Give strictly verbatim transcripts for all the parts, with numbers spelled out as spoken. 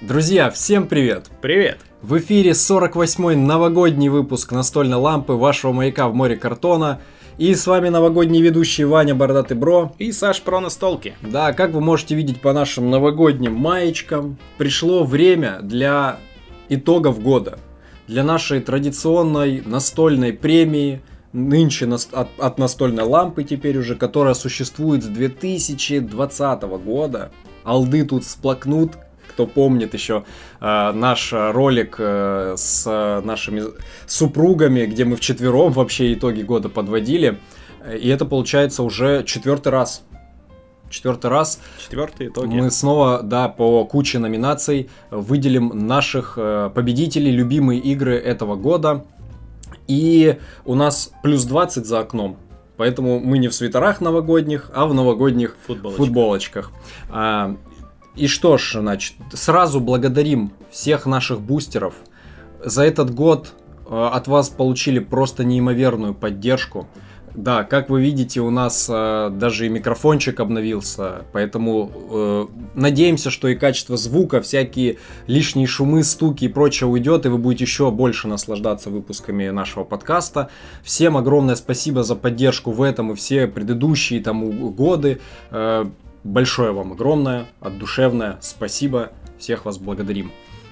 Друзья, всем привет! Привет! В эфире сорок восьмой новогодний выпуск настольной лампы вашего маяка в море картона. И с вами новогодний ведущий Ваня Бородатый Бро. И Саш про настолки. Да, как вы можете видеть по нашим новогодним маечкам, пришло время для итогов года. Для нашей традиционной настольной премии, нынче от, от настольной лампы теперь уже, которая существует с две тысячи двадцатого года. Алды тут всплакнут. Кто помнит еще э, наш ролик э, с нашими супругами, где мы вчетвером вообще итоги года подводили. И это получается уже четвертый раз. Четвертый раз. Четвертые итоги. Мы снова, да, по куче номинаций выделим наших э, победителей, любимые игры этого года. И у нас плюс двадцать за окном. Поэтому мы не в свитерах новогодних, а в новогодних футболочках. футболочках. А, И что ж, значит, сразу благодарим всех наших бустеров. За этот год э, от вас получили просто неимоверную поддержку. Да, как вы видите, у нас э, даже и микрофончик обновился, поэтому э, надеемся, что и качество звука, всякие лишние шумы, стуки и прочее уйдет, и вы будете еще больше наслаждаться выпусками нашего подкаста. Всем огромное спасибо за поддержку в этом и все предыдущие там годы. Э, Большое вам огромное, отдушевное спасибо, всех вас благодарим.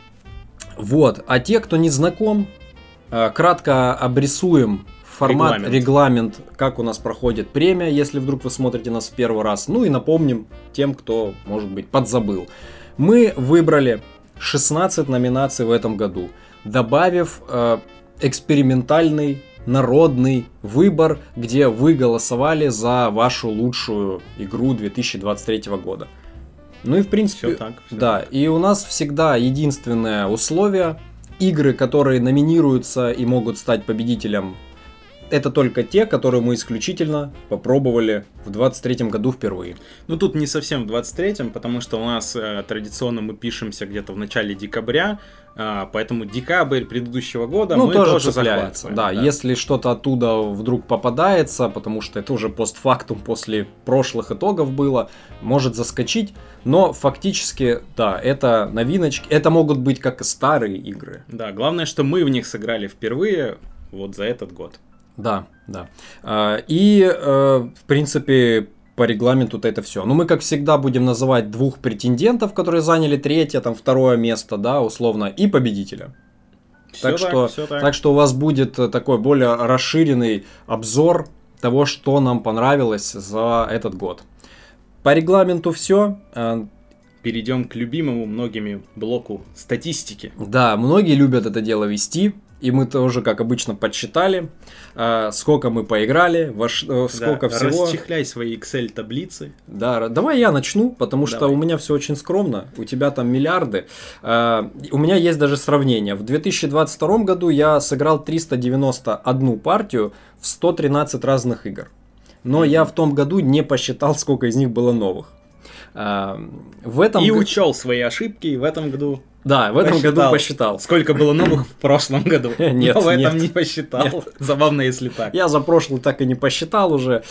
Вот, а те, кто не знаком, кратко обрисуем формат, регламент. регламент, как у нас проходит премия, если вдруг вы смотрите нас в первый раз. Ну и напомним тем, кто, может быть, подзабыл. Мы выбрали шестнадцать номинаций в этом году, добавив э, экспериментальный народный выбор, где вы голосовали за вашу лучшую игру две тысячи двадцать третьего года. Ну и в принципе, все так, все да, так. И у нас всегда единственное условие: игры, которые номинируются и могут стать победителем, это только те, которые мы исключительно попробовали в двадцать третьем году впервые. Ну тут не совсем в двадцать третьем, потому что у нас э, традиционно мы пишемся где-то в начале декабря, э, поэтому декабрь предыдущего года ну, мы тоже, тоже цепляется. захватываем. Да, да, если что-то оттуда вдруг попадается, потому что это уже постфактум после прошлых итогов было, может заскочить, но фактически, да, это новиночки, это могут быть как и старые игры. Да, главное, что мы в них сыграли впервые вот за этот год. Да, да. И, в принципе, по регламенту-то это все. Но мы, как всегда, будем называть двух претендентов, которые заняли третье, там, второе место, да, условно, и победителя. Все так, так, что, все так. так что у вас будет такой более расширенный обзор того, что нам понравилось за этот год. По регламенту все. Перейдем к любимому многими блоку статистики. Да, многие любят это дело вести. И мы тоже, как обычно, подсчитали, э, сколько мы поиграли, во ш... сколько да, всего. Расчехляй свои Excel-таблицы. Да, давай я начну, потому давай. что у меня все очень скромно, у тебя там миллиарды. Э, у меня есть даже сравнение. В две тысячи двадцать втором году я сыграл триста девяносто одну партию в сто тринадцать разных игр. Но mm-hmm. я в том году не посчитал, сколько из них было новых. Э, в этом и г... учел свои ошибки, и в этом году... Да, в этом посчитал. году посчитал. Сколько было новых в прошлом году. Нет, но в этом нет, не посчитал. Нет. Забавно, если так. Я за прошлый так и не посчитал уже,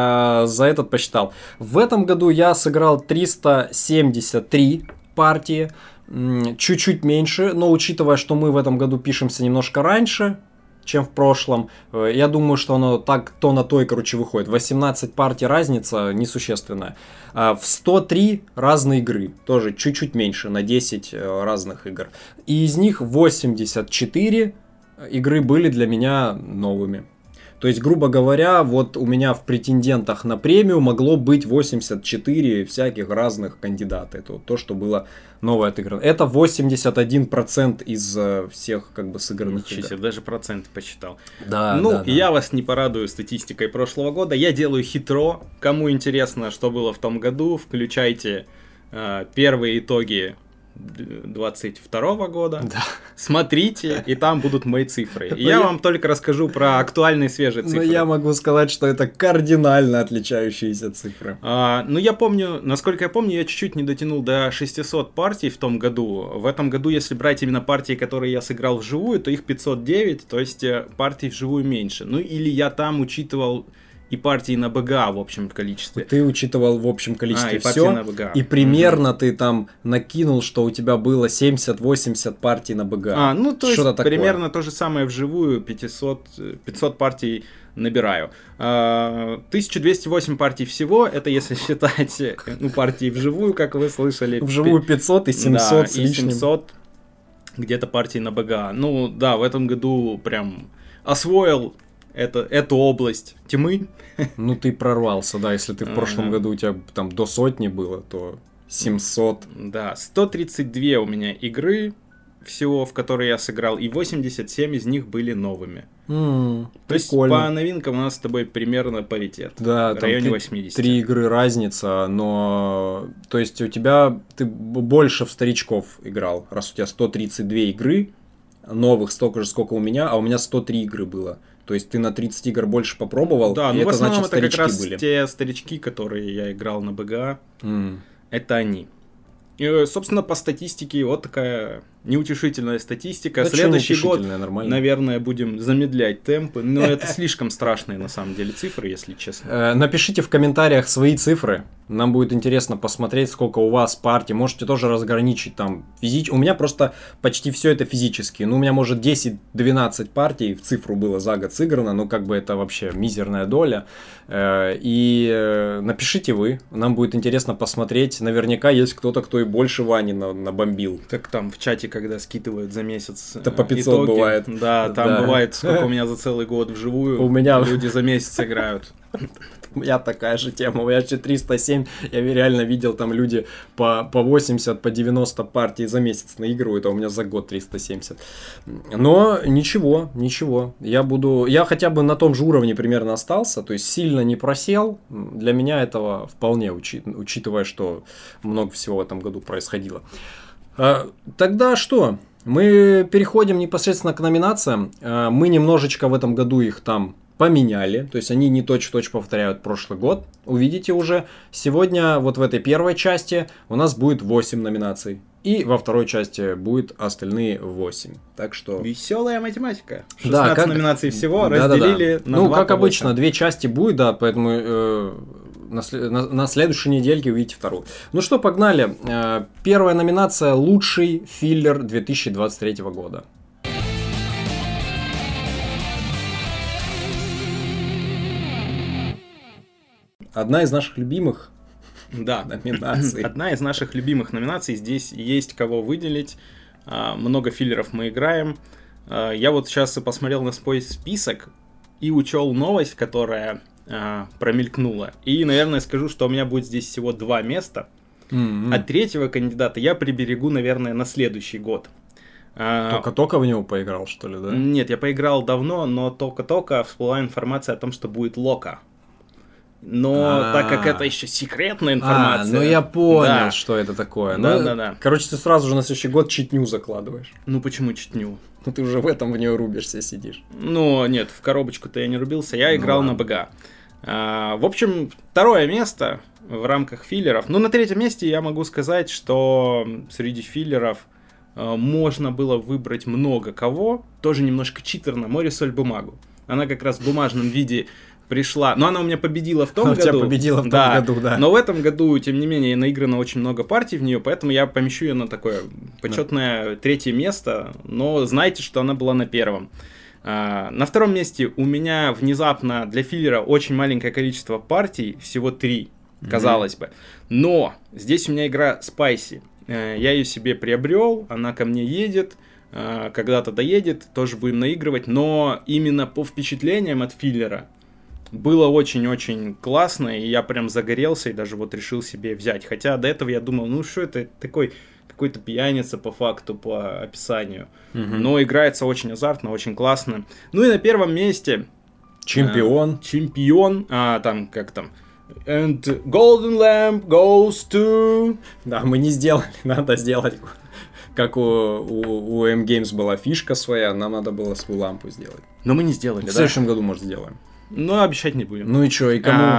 а за этот посчитал. В этом году я сыграл триста семьдесят три партии, чуть-чуть меньше, но учитывая, что мы в этом году пишемся немножко раньше, чем в прошлом, я думаю, что оно так то на то и, короче, выходит. восемнадцать партий разница несущественная. В сто три разные игры, тоже чуть-чуть меньше, на десять разных игр. И из них восемьдесят четыре игры были для меня новыми. То есть, грубо говоря, вот у меня в претендентах на премию могло быть восемьдесят четыре всяких разных кандидатов. Это вот то, что было новое отыграно. Это восемьдесят один процент из всех как бы сыгранных Ничего себе, игр. даже проценты посчитал. Да, ну, да, да. я вас не порадую статистикой прошлого года. Я делаю хитро. Кому интересно, что было в том году, включайте э, первые итоги двадцать второго года. Да. Смотрите, и там будут мои цифры. И я, я вам только расскажу про актуальные свежие цифры. Но я могу сказать, что это кардинально отличающиеся цифры. А, ну, я помню, насколько я помню, я чуть-чуть не дотянул до шестисот партий в том году. В этом году, если брать именно партии, которые я сыграл вживую, то их пятьсот девять, то есть партий вживую меньше. Ну, или я там учитывал и партии на БГА в общем количестве. Ты учитывал в общем количестве а, все, и, и примерно mm-hmm. ты там накинул, что у тебя было семьдесят-восемьдесят партий на БГА. А, ну то Что-то есть такое. Примерно то же самое вживую, пятьсот, пятьсот партий набираю. тысяча двести восемь партий всего, это если считать ну, партии вживую, как вы слышали. Вживую пятьсот и семьсот да, с лишним. И семьсот где-то партий на БГА. Ну да, в этом году прям освоил это, эту область тьмы. Ну ты прорвался, да, если ты в прошлом году у тебя там до сотни было, то семьсот. Да, сто тридцать два у меня игры всего, в которые я сыграл, и восемьдесят семь из них были новыми. Mm, То есть по новинкам у нас с тобой примерно паритет. Да, в районе там восемьдесят. Три игры разница, но... То есть у тебя... Ты больше в старичков играл, раз у тебя сто тридцать две игры, новых столько же, сколько у меня, а у меня сто три игры было. То есть ты на тридцать игр больше попробовал, да, и ну, это в основном значит это старички как раз были. те старички, которые я играл на БГА, Mm. это они. И, собственно, по статистике вот такая неутешительная статистика. Да Следующий год, нормально. наверное, будем замедлять темпы, но это слишком страшные на самом деле цифры, если честно. Напишите в комментариях свои цифры. Нам будет интересно посмотреть, сколько у вас партий. Можете тоже разграничить там физически. У меня просто почти все это физически. Ну, у меня может десять-двенадцать партий в цифру было за год сыграно, но как бы это вообще мизерная доля. И напишите вы. Нам будет интересно посмотреть. Наверняка есть кто-то, кто и больше Вани набомбил. Так там в чате, когда скидывают за месяц это по пятьсот итоги, бывает. Да, там да. бывает, сколько у меня за целый год вживую. У меня... Люди за месяц играют. У меня такая же тема. У меня триста семь. Я реально видел, там люди по, по восемьдесят, по девяносто партий за месяц наигрывают, а у меня за год триста семьдесят. Но ничего, ничего. Я буду... Я хотя бы на том же уровне примерно остался, то есть сильно не просел. Для меня этого вполне, учи... учитывая, что много всего в этом году происходило. А, тогда что? Мы переходим непосредственно к номинациям. А, мы немножечко в этом году их там поменяли, то есть они не точь-в-точь повторяют прошлый год. Увидите уже. Сегодня вот в этой первой части у нас будет восемь номинаций. И во второй части будет остальные восемь. Так что... Веселая математика. шестнадцать да, как... номинаций всего, да, разделили да, да. на Ну, два как по обычно, восемь. Две части будет, да, поэтому э, на, на, на следующей недельке увидите вторую. Ну что, погнали. Э, первая номинация «Лучший филлер две тысячи двадцать третьего года». Одна из наших любимых да. номинаций. Одна из наших любимых номинаций. Здесь есть кого выделить. Много филлеров мы играем. Я вот сейчас посмотрел на свой список и учел новость, которая промелькнула. И, наверное, скажу, что у меня будет здесь всего два места. Mm-hmm. А третьего кандидата я приберегу, наверное, на следующий год. Только-только в него поиграл, что ли, да? Нет, я поиграл давно, но только-только всплыла информация о том, что будет Лока. Но А-а-а. так как это еще секретная информация... А, ну я понял, да. что это такое. Да, ну, да, да. Короче, ты сразу же на следующий год читню закладываешь. Ну почему читню? Ну ты уже в этом в нее рубишься, сидишь. Ну нет, в коробочку-то я не рубился, я ну, играл ладно. на БГА. А, в общем, второе место в рамках филлеров. Ну на третьем месте я могу сказать, что среди филлеров а, можно было выбрать много кого. Тоже немножко читерно, море, соль, бумагу. Она как раз в бумажном виде... пришла, но она у меня победила в том она году. Тебя победила в том да, году, да. Но в этом году, тем не менее, наиграно очень много партий в нее, поэтому я помещу ее на такое почетное да. третье место, но знайте, что она была на первом. А, на втором месте у меня внезапно для филлера очень маленькое количество партий, всего три, казалось mm-hmm. бы. Но здесь у меня игра Spicy. Я ее себе приобрел, она ко мне едет. Когда-то доедет, тоже будем наигрывать, но именно по впечатлениям от филлера было очень-очень классно, и я прям загорелся и даже вот решил себе взять. Хотя до этого я думал, ну что это такой какой-то пьяница по факту, по описанию. Угу. Но играется очень азартно, очень классно. Ну и на первом месте... Чемпион. Э, чемпион. А, там, как там... And Golden Lamp goes to... Да, мы не сделали, надо сделать... Как у, у, у M-Games была фишка своя, нам надо было свою лампу сделать. Но мы не сделали, в да? В следующем году, может, сделаем. Ну, обещать не будем. Ну и что, и кому? А,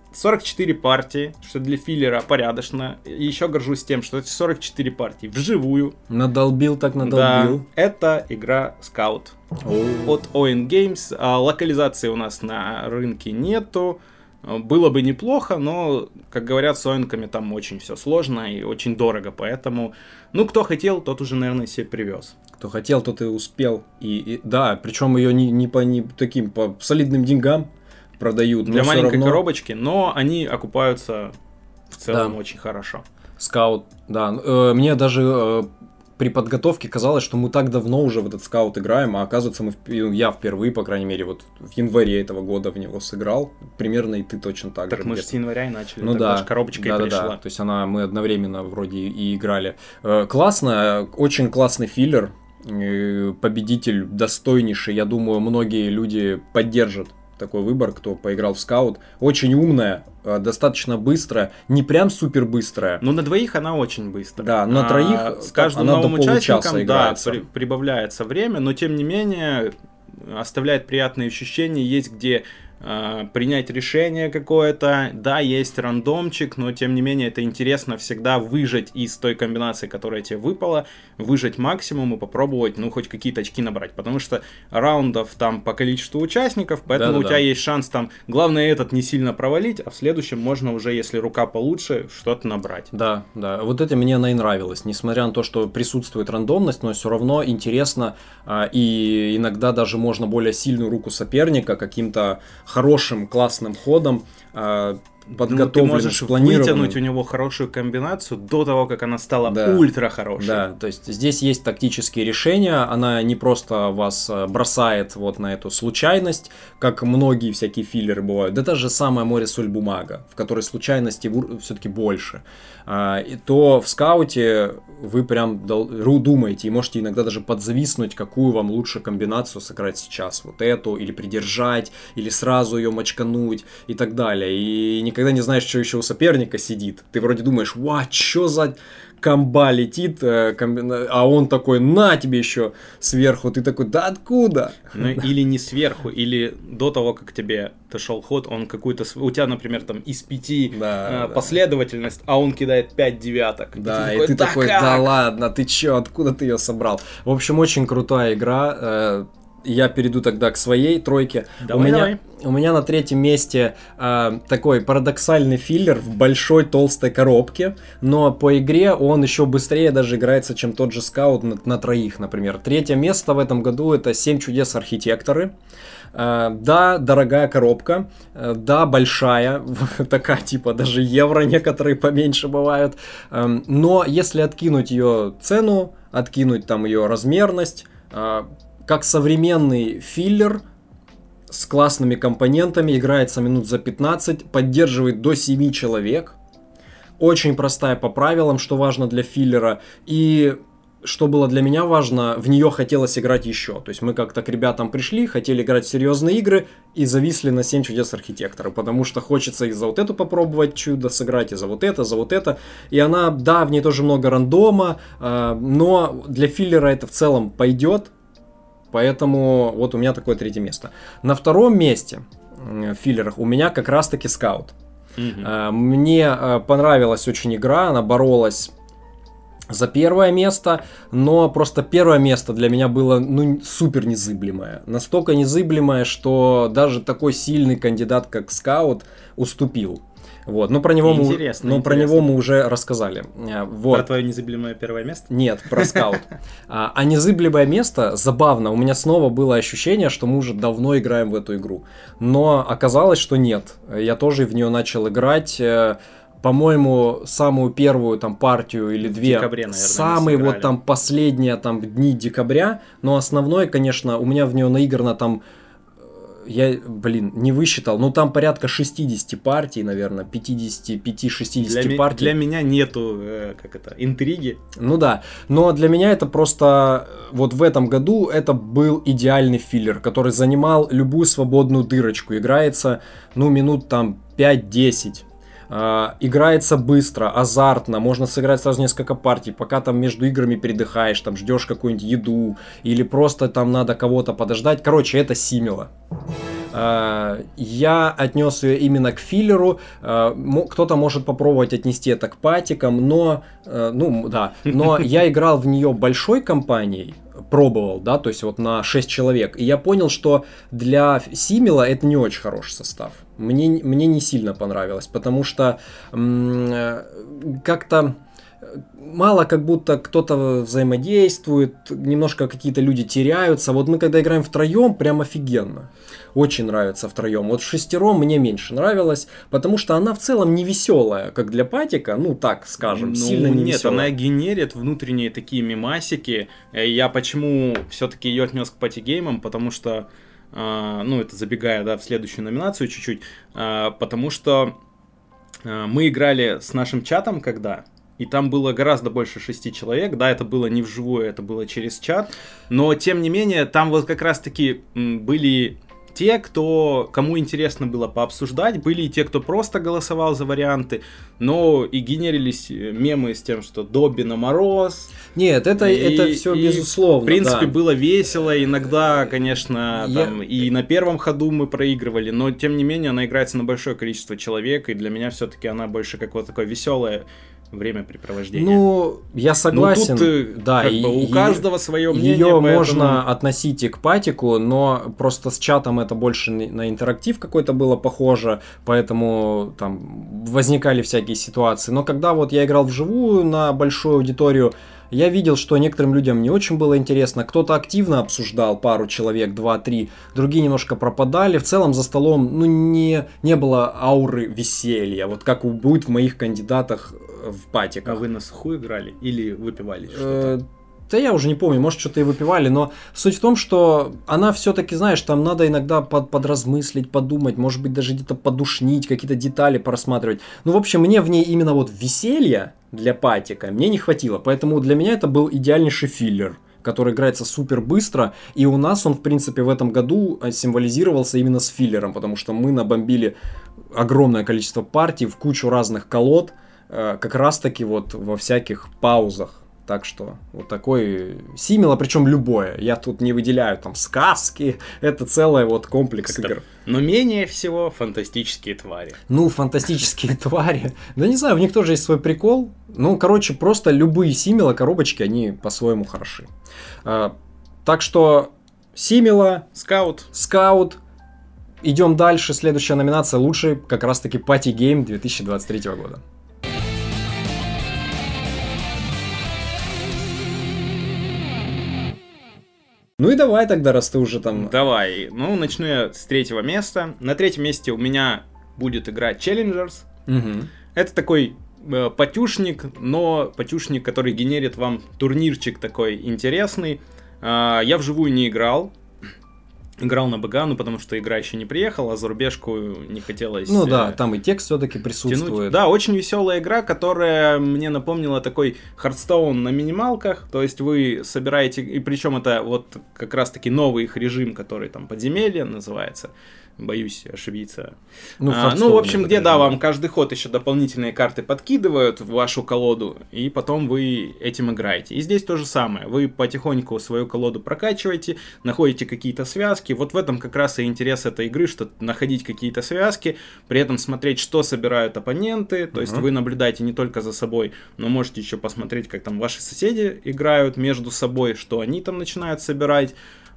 сорок четыре партии, что для филлера порядочно. И еще горжусь тем, что эти сорок четыре партии вживую. Надолбил так надолбил. Да, это игра Scout от Owen Games. А, локализации у нас на рынке нету. Было бы неплохо, но, как говорят, с Оинками там очень все сложно и очень дорого, поэтому, ну, кто хотел, тот уже, наверное, себе привез. Кто хотел, тот и успел. И, и да, причем ее не, не по не таким по солидным деньгам продают. Для маленькой равно... коробочки, но они окупаются в целом да. очень хорошо. Скаут, да. Э, мне даже э, при подготовке казалось, что мы так давно уже в этот Скаут играем, а оказывается, мы, я впервые, по крайней мере, вот в январе этого года в него сыграл. Примерно и ты точно так, так же. Так мы же с января и начали, ну да, коробочка да, и да, пришла. Да. То есть она, мы одновременно вроде и играли. Э, классно, очень классный филлер. Э, победитель достойнейший. Я думаю, многие люди поддержат такой выбор, кто поиграл в Скаут. Очень умная, достаточно быстрая, не прям супер быстрая. Ну, на двоих она очень быстрая. Да, на а троих с каждым она новым до участником да, играется. при, прибавляется время, но тем не менее оставляет приятные ощущения. Есть где э, принять решение какое-то. Да, есть рандомчик, но тем не менее это интересно всегда выжать из той комбинации, которая тебе выпала, выжать максимум и попробовать, ну, хоть какие-то очки набрать. Потому что раундов там по количеству участников, поэтому да, да, у тебя да. есть шанс там, главное этот не сильно провалить, а в следующем можно уже, если рука получше, что-то набрать. Да, да. Вот это мне наинравилось. Несмотря на то, что присутствует рандомность, но все равно интересно, и иногда даже можно более сильную руку соперника каким-то хорошим, классным ходом подготовленным, ну, ты можешь вытянуть у него хорошую комбинацию до того, как она стала да. ультра хорошей. Да, то есть здесь есть тактические решения, она не просто вас бросает вот на эту случайность, как многие всякие филлеры бывают, да даже самое море соль бумага, в которой случайности все-таки больше. И то в скауте вы прям думаете и можете иногда даже подзависнуть, какую вам лучше комбинацию сыграть сейчас, вот эту, или придержать, или сразу ее мочкануть и так далее. И никогда не знаешь, что еще у соперника сидит. Ты вроде думаешь, ва, что за комба летит, а он такой, на тебе еще сверху, ты такой, да откуда? Ну или не сверху, или до того, как тебе дошел ход, он какую-то, у тебя, например, там из пяти да, а, последовательность, да. а он кидает пять девяток. Да, и ты такой, и ты да такой, как? да ладно, ты че, откуда ты ее собрал? В общем, очень крутая игра. Я перейду тогда к своей тройке. Давай, у, меня, давай. у меня на третьем месте э, такой парадоксальный филлер в большой толстой коробке, но по игре он еще быстрее даже играется, чем тот же Скаут на, на троих, например. Третье место в этом году это «Семь чудес архитекторы». Uh, да, дорогая коробка, uh, да, большая, такая типа даже евро, некоторые поменьше бывают, uh, но если откинуть ее цену, откинуть там ее размерность, uh, как современный филлер с классными компонентами, играется минут за пятнадцать, поддерживает до семи человек, очень простая по правилам, что важно для филлера, и что было для меня важно, в нее хотелось играть еще. То есть мы как-то к ребятам пришли, хотели играть в серьезные игры и зависли на семь чудес архитектора, потому что хочется и за вот эту попробовать чудо сыграть, и за вот это, за вот это. И она, да, в ней тоже много рандома, но для филлера это в целом пойдет, поэтому вот у меня такое третье место. На втором месте в филлерах у меня как раз-таки Скаут. Mm-hmm. Мне понравилась очень игра, она боролась за первое место, но просто первое место для меня было ну, супер незыблемое. Настолько незыблемое, что даже такой сильный кандидат, как Скаут, уступил. Вот. Но, про него, мы, но про него мы уже рассказали. Вот. Про твое незыблемое первое место? Нет, про Скаут. А, а незыблемое место, забавно, у меня снова было ощущение, что мы уже давно играем в эту игру. Но оказалось, что нет. Я тоже в нее начал играть... По-моему, самую первую там партию или две, в декабре, наверное, самые вот там последние там дни декабря, но основное, конечно, у меня в нее наиграно там, я, блин, не высчитал, но там порядка шестьдесят партий, наверное, пятьдесят пять шестьдесят для партий. Для меня нету, э, как это, интриги. Ну да, но для меня это просто, вот в этом году это был идеальный филлер, который занимал любую свободную дырочку, играется, ну, минут там пять-десять. Uh, играется быстро, азартно, можно сыграть сразу несколько партий, пока там между играми передыхаешь, там ждешь какую-нибудь еду, или просто там надо кого-то подождать. Короче, это симило. Я отнес ее именно к филлеру. Кто-то может попробовать отнести это к патикам, но, ну да, но я играл в нее большой компанией, пробовал, да, то есть вот на шесть человек, и я понял, что для Симила это не очень хороший состав. Мне, мне не сильно понравилось, потому что м- как-то мало как будто кто-то взаимодействует, немножко какие-то люди теряются. Вот мы когда играем втроем, прям офигенно. Очень нравится втроем. Вот в шестером мне меньше нравилось, потому что она в целом не веселая, как для патика, ну так скажем, ну, сильно не нет, веселая. Она генерит внутренние такие мемасики. Я почему все-таки ее отнес к пати-геймам, потому что, э, ну это забегая, да, в следующую номинацию чуть-чуть, э, потому что э, мы играли с нашим чатом когда... И там было гораздо больше шести человек, да, это было не вживую, это было через чат, но тем не менее там вот как раз-таки были те, кто, кому интересно было пообсуждать, были и те, кто просто голосовал за варианты, но и генерились мемы с тем, что Добби на мороз. Нет, это, и, это все и, безусловно. В принципе, да. было весело, иногда, конечно, Я... там, и на первом ходу мы проигрывали, но тем не менее она играется на большое количество человек, и для меня все-таки она больше как вот такое веселое времяпрепровождение. Ну, я согласен. Ну, тут, да, как и, бы, у и, каждого свое мнение. Ее поэтому... можно относить и к патику, но просто с чатом это больше на интерактив какой-то было похоже, поэтому там возникали всякие ситуации. Но когда вот я играл вживую на большую аудиторию, я видел, что некоторым людям не очень было интересно. Кто-то активно обсуждал, пару человек, два-три, другие немножко пропадали. В целом за столом ну, не, не было ауры веселья, вот как будет в моих кандидатах в патиках. А вы на сухую играли или выпивали что-то? Да я уже не помню, может что-то и выпивали, но суть в том, что она все-таки, знаешь, там надо иногда под, подразмыслить, подумать, может быть даже где-то подушнить, какие-то детали просматривать. Ну, в общем, мне в ней именно вот веселья для патика мне не хватило, поэтому для меня это был идеальнейший филлер, который играется супер быстро, и у нас он, в принципе, в этом году символизировался именно с филлером, потому что мы набомбили огромное количество партий в кучу разных колод, как раз-таки вот во всяких паузах. Так что вот такой Симила, причем любое. Я тут не выделяю там сказки, это целый вот комплекс Как-то... игр. Но менее всего фантастические твари. Ну, фантастические твари. Да не знаю, в них тоже есть свой прикол. Ну, короче, просто любые Симила коробочки, они по-своему хороши. Так что Симила, Скаут. Скаут. Идем дальше. Следующая номинация лучший как раз-таки пати-гейм две тысячи двадцать третьего года. Ну и давай тогда, раз ты уже там... Давай. Ну, начну я с третьего места. На третьем месте у меня будет игра Challengers. Угу. Это такой э, патюшник, но патюшник, который генерит вам турнирчик такой интересный. Э, я вживую не играл. Играл на БГ, ну потому что игра еще не приехала, а зарубежку не хотелось... Ну да, там и текст все-таки присутствует. Тянуть. Да, очень веселая игра, которая мне напомнила такой Hearthstone на минималках, то есть вы собираете, и причем это вот как раз-таки новый их режим, который там подземелье называется, боюсь ошибиться. Ну, а, ну в общем, где, да, вам каждый ход еще дополнительные карты подкидывают в вашу колоду, и потом вы этим играете. И здесь то же самое, вы потихоньку свою колоду прокачиваете, находите какие-то связки, вот в этом как раз и интерес этой игры, что находить какие-то связки, при этом смотреть, что собирают оппоненты, то uh-huh. есть вы наблюдаете не только за собой, но можете еще посмотреть, как там ваши соседи играют между собой, что они там начинают собирать.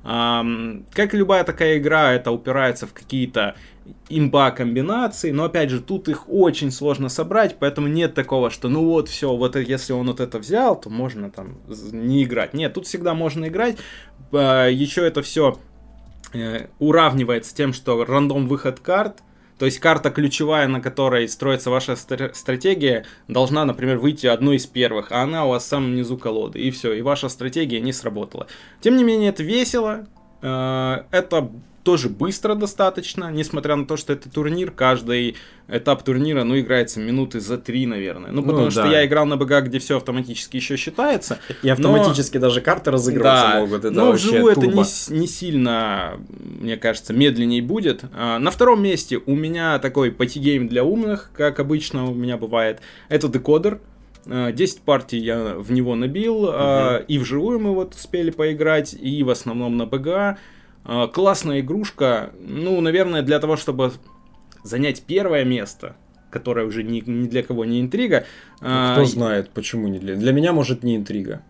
Um, как и любая такая игра, это упирается в какие-то имба-комбинации, но опять же, тут их очень сложно собрать, поэтому нет такого, что ну вот все, вот если он вот это взял, то можно там не играть. Нет, тут всегда можно играть, uh, еще это все uh, уравнивается тем, что рандом выход карт. То есть карта ключевая, на которой строится ваша стр- стратегия, должна, например, выйти одной из первых, а она у вас в самом низу колоды. И все, и ваша стратегия не сработала. Тем не менее, это весело, э- это тоже быстро достаточно, несмотря на то, что это турнир, каждый этап турнира, ну, играется минуты за три, наверное. Ну, потому ну, что да. я играл на БГ, где все автоматически еще считается. И автоматически но... даже карты разыгрываться да, могут. Это но вживую турбо. это не, не сильно, мне кажется, медленнее будет. А, на втором месте у меня такой пати-гейм для умных, как обычно у меня бывает. Это Декодер. десять партий я в него набил, uh-huh. и вживую мы вот успели поиграть, и в основном на БГ. Э, классная игрушка, ну, наверное, для того, чтобы занять первое место, которое уже ни, ни для кого не интрига. Кто знает, почему не для... Для меня, может, не интрига.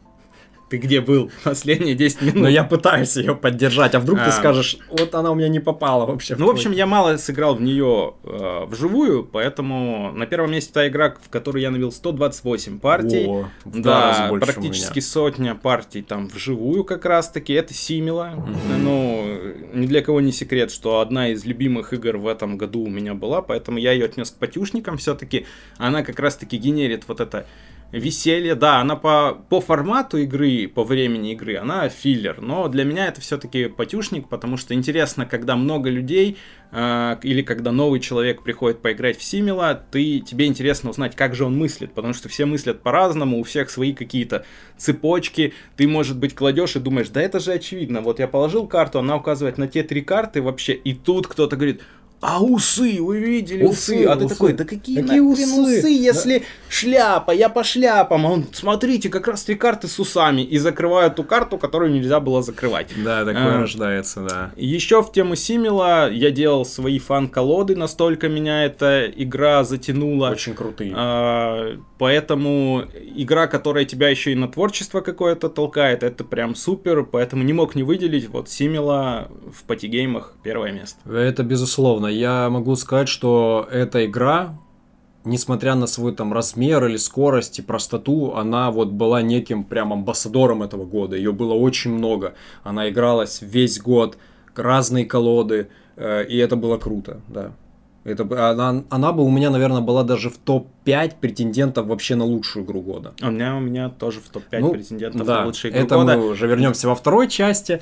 Ты где был последние десять минут? Но я пытаюсь ее поддержать, а вдруг а, ты скажешь, вот она у меня не попала вообще. Ну, в, в общем, я мало сыграл в нее э, вживую, поэтому на первом месте та игра, в которой я навел сто двадцать восемь партий. О, в да, практически сотня партий там вживую как раз-таки. Это Симила. Mm-hmm. Ну, ни для кого не секрет, что одна из любимых игр в этом году у меня была, поэтому я ее отнес к патюшникам все-таки. Она как раз-таки генерит вот это... веселье, да, она по, по формату игры, по времени игры, она филлер, но для меня это все-таки патюшник, потому что интересно, когда много людей, э, или когда новый человек приходит поиграть в Симила, ты, тебе интересно узнать, как же он мыслит, потому что все мыслят по-разному, у всех свои какие-то цепочки, ты, может быть, кладешь и думаешь, да это же очевидно, вот я положил карту, она указывает на те три карты вообще, и тут кто-то говорит... А усы, вы видели усы? усы? А ты усы. Такой, да какие, какие усы? усы, если да. шляпа, я по шляпам. А он, смотрите, как раз три карты с усами. И закрывают ту карту, которую нельзя было закрывать. Да, такое а, рождается, да. Еще в тему Симила я делал свои фан-колоды, настолько меня эта игра затянула. Очень крутые. А, поэтому игра, которая тебя еще и на творчество какое-то толкает, это прям супер. Поэтому не мог не выделить вот Симила в патигеймах первое место. Это безусловно. Я могу сказать, что эта игра, несмотря на свой там размер или скорость и простоту, она вот была неким прям амбассадором этого года. Ее было очень много. Она игралась весь год, разные колоды, э, и это было круто, да. Это, она, она бы у меня, наверное, была даже в топ пять претендентов вообще на лучшую игру года. У меня, у меня тоже в топ пять ну, претендентов да, на лучшую игру это года. Мы уже вернемся во второй части.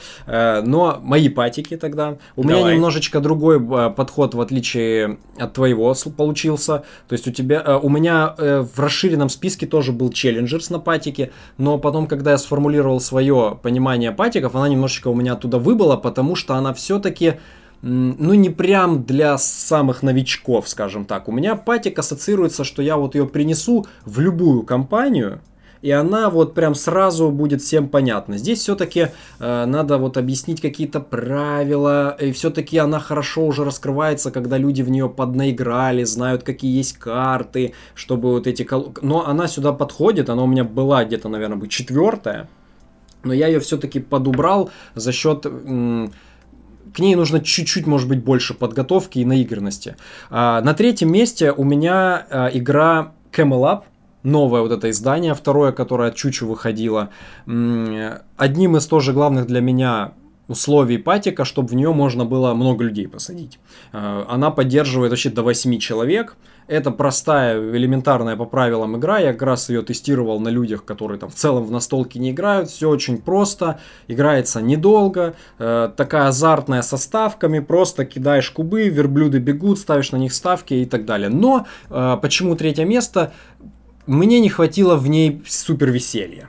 Но мои патики тогда. У Давай. меня немножечко другой подход, в отличие от твоего, получился. То есть у тебя, у меня в расширенном списке тоже был Challengers на патике, но потом, когда я сформулировал свое понимание патиков, она немножечко у меня оттуда выбыла, потому что она все-таки... Ну, не прям для самых новичков, скажем так. У меня патик ассоциируется, что я вот ее принесу в любую компанию, и она вот прям сразу будет всем понятна. Здесь все-таки э, надо вот объяснить какие-то правила, и все-таки она хорошо уже раскрывается, когда люди в нее поднаиграли, знают, какие есть карты, чтобы вот эти... Кол... Но она сюда подходит, она у меня была где-то, наверное, быть четвертая, но я ее все-таки подубрал за счет... М- К ней нужно чуть-чуть, может быть, больше подготовки и наигранности. А, на третьем месте у меня а, игра Camel Up. Новое вот это издание, второе, которое от Чучу выходило. Одним из тоже главных для меня условий патика, чтобы в нее можно было много людей посадить. Она поддерживает вообще до восьми человек. Это простая, элементарная по правилам игра. Я как раз ее тестировал на людях, которые там в целом в настолки не играют. Все очень просто. Играется недолго. Э, такая азартная со ставками. Просто кидаешь кубы, верблюды бегут, ставишь на них ставки и так далее. Но э, почему третье место? Мне не хватило в ней супер веселья.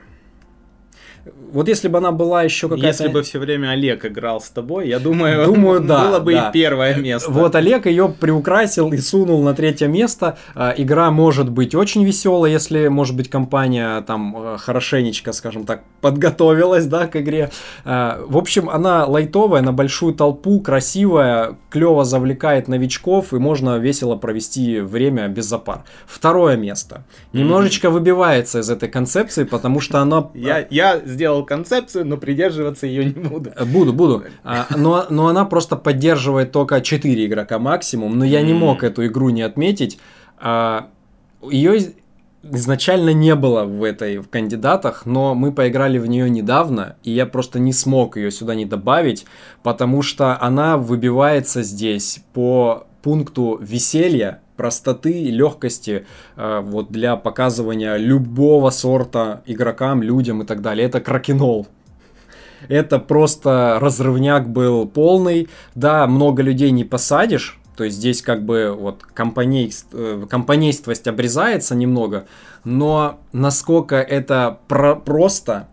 Вот если бы она была еще какая-то... Если бы все время Олег играл с тобой, я думаю, думаю да, было бы да. и первое место. Вот Олег ее приукрасил и сунул на третье место. Игра может быть очень веселая, если, может быть, компания там хорошенечко, скажем так, подготовилась, да, к игре. В общем, она лайтовая, на большую толпу, красивая, клево завлекает новичков, и можно весело провести время без запар. Второе место. Немножечко mm-hmm. выбивается из этой концепции, потому что она... Я, я сделал концепцию, но придерживаться ее не буду. Буду, буду. А, но, но она просто поддерживает только четыре игрока максимум, но я не мог эту игру не отметить. А, ее изначально не было в этой в кандидатах, но мы поиграли в нее недавно, и я просто не смог ее сюда не добавить, потому что она выбивается здесь по пункту веселья, простоты и легкости э, вот для показывания любого сорта игрокам, людям и так далее. Это кракенол. Это просто разрывняк был полный. Да, много людей не посадишь. То есть здесь как бы вот компанейство, компанействость обрезается немного. Но насколько это про- просто,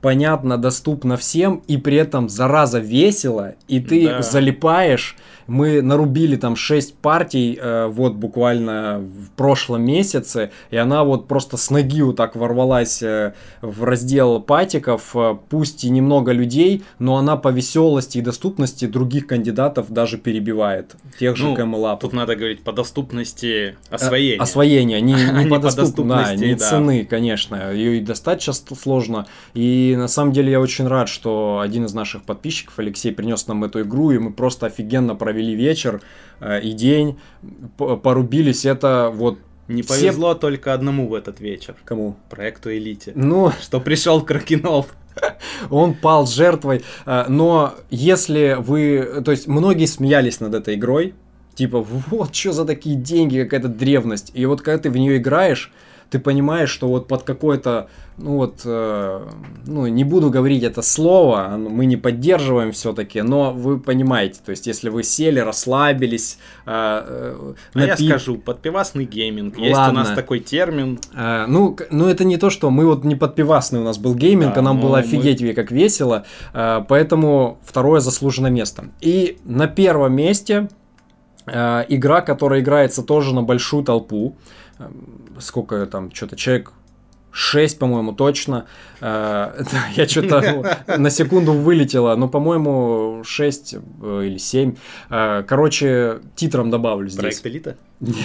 понятно, доступно всем, и при этом, зараза, весело, и ты Да. залипаешь. Мы нарубили там шесть партий э, вот буквально в прошлом месяце, и она вот просто с ноги вот так ворвалась э, в раздел патиков, э, пусть и немного людей, но она по веселости и доступности других кандидатов даже перебивает, тех же Ну, КМЛАПов. Тут надо говорить по доступности освоения. Э, Освоение, не, А не не по по доступ- да, доступности, не да. цены, конечно. Ее и достать сейчас сложно. И на самом деле я очень рад, что один из наших подписчиков, Алексей, принес нам эту игру, и мы просто офигенно провели вечер э, и день, п- порубились. Это вот Не все- повезло только одному в этот вечер. Кому? Проекту Элите. Ну, Что пришел Кракенол. он пал жертвой. э, Но если вы... То есть многие смеялись над этой игрой. Типа, вот что за такие деньги, какая-то древность. И вот когда ты в нее играешь, ты понимаешь, что вот под какое-то, ну вот, э, ну не буду говорить это слово, оно- мы не поддерживаем все-таки, но вы понимаете, то есть если вы сели, расслабились, э, э, А я напи- скажу, подпивасный гейминг. Есть у Ладно. нас такой термин. Э, ну, к- ну, это не то, что мы вот не подпивасный у нас был гейминг, Да, а нам но было мы- офигеть ве- как весело, э, поэтому второе заслуженное место. И на первом месте э, игра, которая играется тоже на большую толпу. Э, Сколько там, что-то человек шесть, по-моему, точно. Э, да, Я что-то на секунду вылетело, но, по-моему, шесть э, или семь. Э, Короче, титром добавлю здесь. Проект Элита.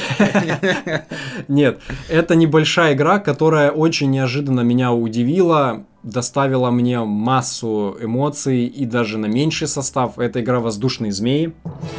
Нет, это небольшая игра, которая очень неожиданно меня удивила, доставила мне массу эмоций и даже на меньший состав. Это игра «Воздушные змеи».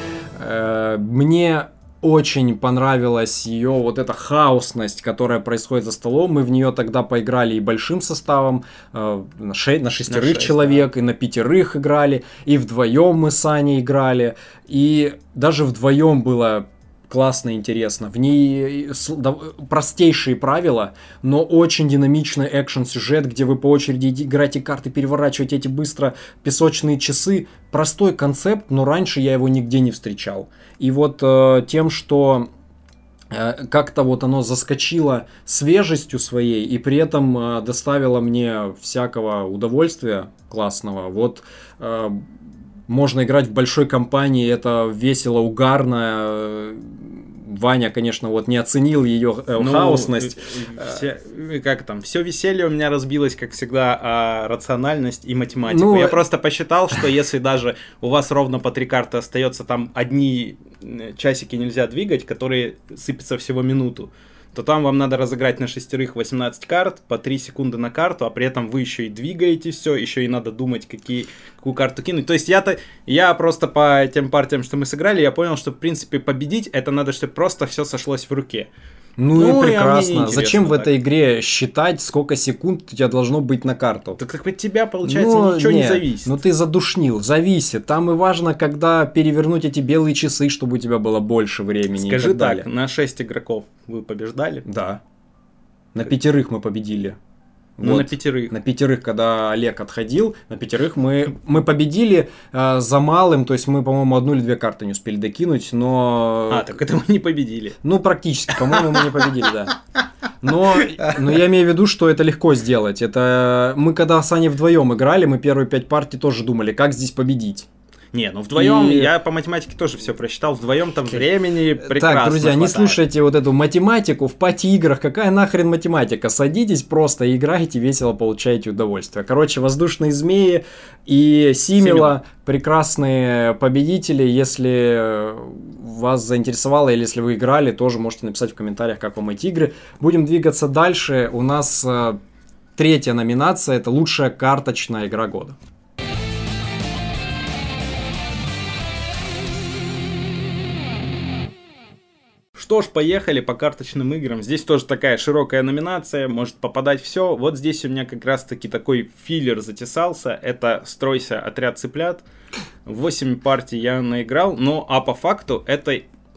Э, Мне очень понравилась ее вот эта хаосность, которая происходит за столом. Мы в нее тогда поиграли и большим составом, э, на, ше- на шестерых шесть, человек, и на пятерых играли, и вдвоем мы с Аней играли. И даже вдвоем было классно и интересно. В ней с- да- простейшие правила, но очень динамичный экшен-сюжет, где вы по очереди иди- играете карты, переворачиваете эти быстро песочные часы. Простой концепт, но раньше я его нигде не встречал. И вот э, тем, что э, как-то вот оно заскочило свежестью своей и при этом э, доставило мне всякого удовольствия классного. Вот э, можно играть в большой компании, это весело, угарно. э, Ваня, конечно, вот не оценил ее э, Ну, хаосность. э, все- э, как там, все веселье у меня разбилось, как всегда, о рациональность и математику. Ну, Я э- просто посчитал, что если даже у вас ровно по три карты остается, там одни э, часики нельзя двигать, которые сыпятся всего минуту, то там вам надо разыграть на шестерых восемнадцать карт, по три секунды на карту, а при этом вы еще и двигаете все, еще и надо думать, какие, какую карту кинуть. То есть я-то, я просто по тем партиям, что мы сыграли, я понял, что в принципе победить, это надо, чтобы просто все сошлось в руке. Ну, Ну, и, а и мне прекрасно. неинтересно Зачем в так. этой игре считать, сколько секунд у тебя должно быть на карту? Так как от тебя, получается, Ну, ничего не нет, зависит. Ну ты задушнил, зависит. Там и важно, когда перевернуть эти белые часы, чтобы у тебя было больше времени. и Скажи так, так, далее. на шесть игроков вы побеждали? Да. На пятерых мы победили. Ну, Вот. на пятерых. На пятерых, когда Олег отходил, на пятерых мы, мы победили э, за малым, то есть мы, по-моему, одну или две карты не успели докинуть, но... А, так это мы не победили. Ну, практически, по-моему, мы не победили, да. Но, но я имею в виду, что это легко сделать. Это мы когда с Аней вдвоем играли, мы первые пять партий тоже думали, как здесь победить. Не, ну вдвоем, И- я по математике тоже все просчитал, вдвоем там времени прекрасно Так, друзья, не хватает. слушайте вот эту математику в пати-играх. Какая нахрен математика? Садитесь просто и играйте, весело получаете удовольствие. Короче, «Воздушные змеи» и «Симила» Симила. прекрасные победители. Если вас заинтересовало или если вы играли, тоже можете написать в комментариях, как вам эти игры. Будем двигаться дальше. У нас э, третья номинация – это лучшая карточная игра года. Что ж, поехали по карточным играм. Здесь тоже такая широкая номинация, может попадать все. Вот здесь у меня как раз-таки такой филлер затесался. Это «Стройся, отряд цыплят». восемь партий я наиграл, ну а по факту это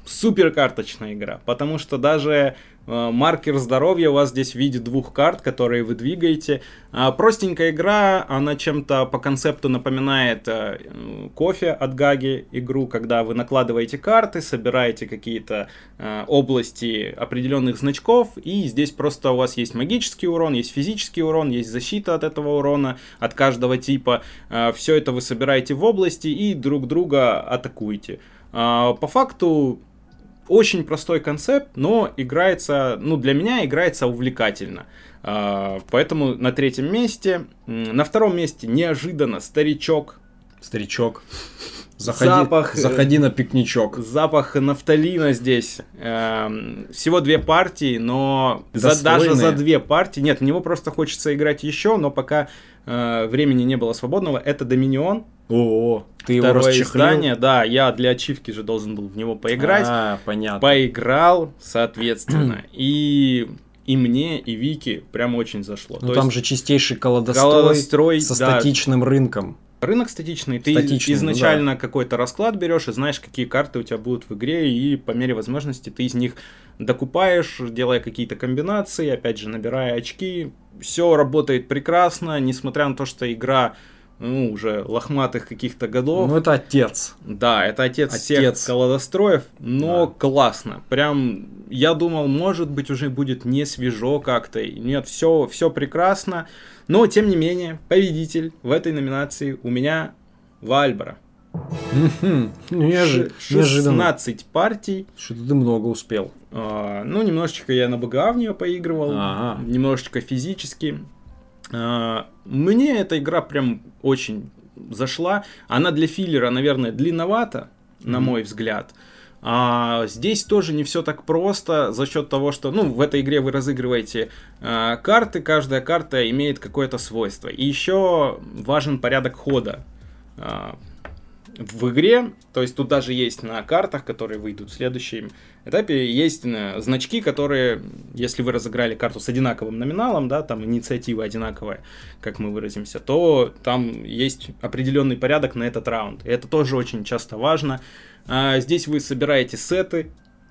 супер карточная игра, потому что даже э, маркер здоровья у вас здесь в виде двух карт, которые вы двигаете. А, простенькая игра, она чем-то по концепту напоминает э, кофе от Гаги игру, когда вы накладываете карты, собираете какие-то э, области определенных значков, и здесь просто у вас есть магический урон, есть физический урон, есть защита от этого урона, от каждого типа. Э, все это вы собираете в области и друг друга атакуете. Э, по факту очень простой концепт, но играется, ну для меня играется увлекательно. Uh, поэтому на третьем месте. На втором месте неожиданно старичок. Старичок. Заходи, запах, заходи на пикничок. Запах нафталина здесь. Uh, всего две партии, но за, даже за две партии. Нет, в него просто хочется играть еще, но пока uh, времени не было свободного. Это Доминион. О, ты его Второе расчехлил? издание, да, я для ачивки же должен был в него поиграть. А, понятно. Поиграл, соответственно. и... И мне, и Вике прям очень зашло. Ну То там есть, же чистейший колодострой, колодострой со да. статичным рынком. Рынок статичный. Ты Статичный, изначально ну, да. какой-то расклад берешь и знаешь, какие карты у тебя будут в игре, и по мере возможности ты из них докупаешь, делая какие-то комбинации, опять же, набирая очки. Все работает прекрасно, несмотря на то, что игра ну, уже лохматых каких-то годов. Ну, это отец. Да, это отец, отец. всех колодостроев, но да. классно. Прям, я думал, может быть, уже будет не свежо как-то. Нет, все, все прекрасно. Но, тем не менее, победитель в этой номинации у меня Вальбара. Неожи- шестнадцать партий. Что-то ты много успел. А, ну, немножечко я на БГА в нее поигрывал, ага. немножечко физически. А, мне эта игра прям очень зашла. Она для филлера, наверное, длинновата, mm-hmm. на мой взгляд. А здесь тоже не все так просто за счет того, что ну, в этой игре вы разыгрываете а, карты, каждая карта имеет какое-то свойство. И еще важен порядок хода а, в игре. То есть тут даже есть на картах, которые выйдут в следующем этапе, есть значки, которые, если вы разыграли карту с одинаковым номиналом, да, там инициатива одинаковая, как мы выразимся, то там есть определенный порядок на этот раунд. И это тоже очень часто важно. А, здесь вы собираете сеты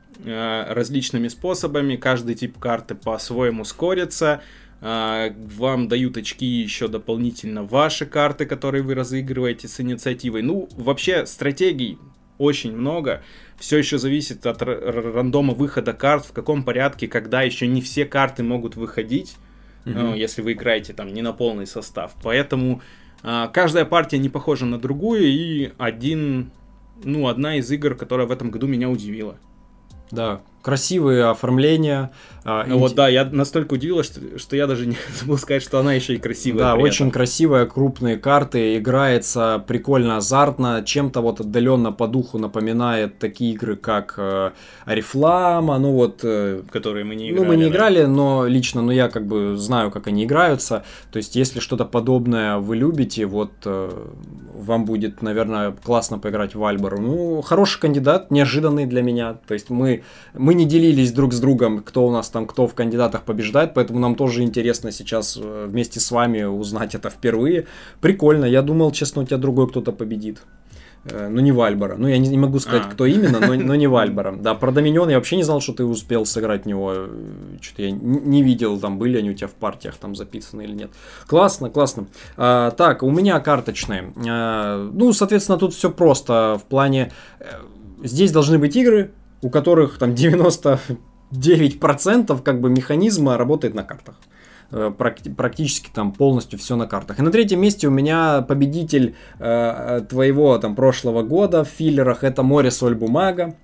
а, различными способами, каждый тип карты по-своему скорится. А, вам дают очки еще дополнительно ваши карты, которые вы разыгрываете с инициативой. Ну, вообще стратегий очень много. Все еще зависит от р- рандома выхода карт, в каком порядке, когда еще не все карты могут выходить, mm-hmm. ну, если вы играете там не на полный состав. Поэтому а, каждая партия не похожа на другую, и один, ну, одна из игр, которая в этом году меня удивила. Да, красивые оформления. А, ну, инди... Вот да, я настолько удивилась, что, что я даже не забыл сказать, что она еще и красивая. Да, очень красивая, крупные карты, играется прикольно, азартно, чем-то вот отдаленно по духу напоминает такие игры, как э, Oriflame, ну вот... Э, которые мы не играли. Ну, мы не да. играли, но лично, но я как бы знаю, как они играются. То есть, если что-то подобное вы любите, вот э, вам будет, наверное, классно поиграть в Вальбару. Ну, хороший кандидат, неожиданный для меня. То есть, мы, мы не делились друг с другом, кто у нас там, кто в кандидатах побеждает, поэтому нам тоже интересно сейчас вместе с вами узнать это впервые. Прикольно, я думал, честно, у тебя другой кто-то победит. Ну, не Вальбара. Ну, я не, не могу сказать, а. кто именно, но, но не Вальбара. Да, про Доминион я вообще не знал, что ты успел сыграть в него. Что-то я не видел, там были они у тебя в партиях там записаны или нет. Классно, классно. А, так, у меня карточные. А, ну, соответственно, тут все просто. В плане, здесь должны быть игры, у которых там девяносто девять процентов как бы механизма работает на картах. Практически там полностью все на картах. И на третьем месте у меня победитель э, твоего там прошлого года в филлерах, это Море, Соль, Бумага.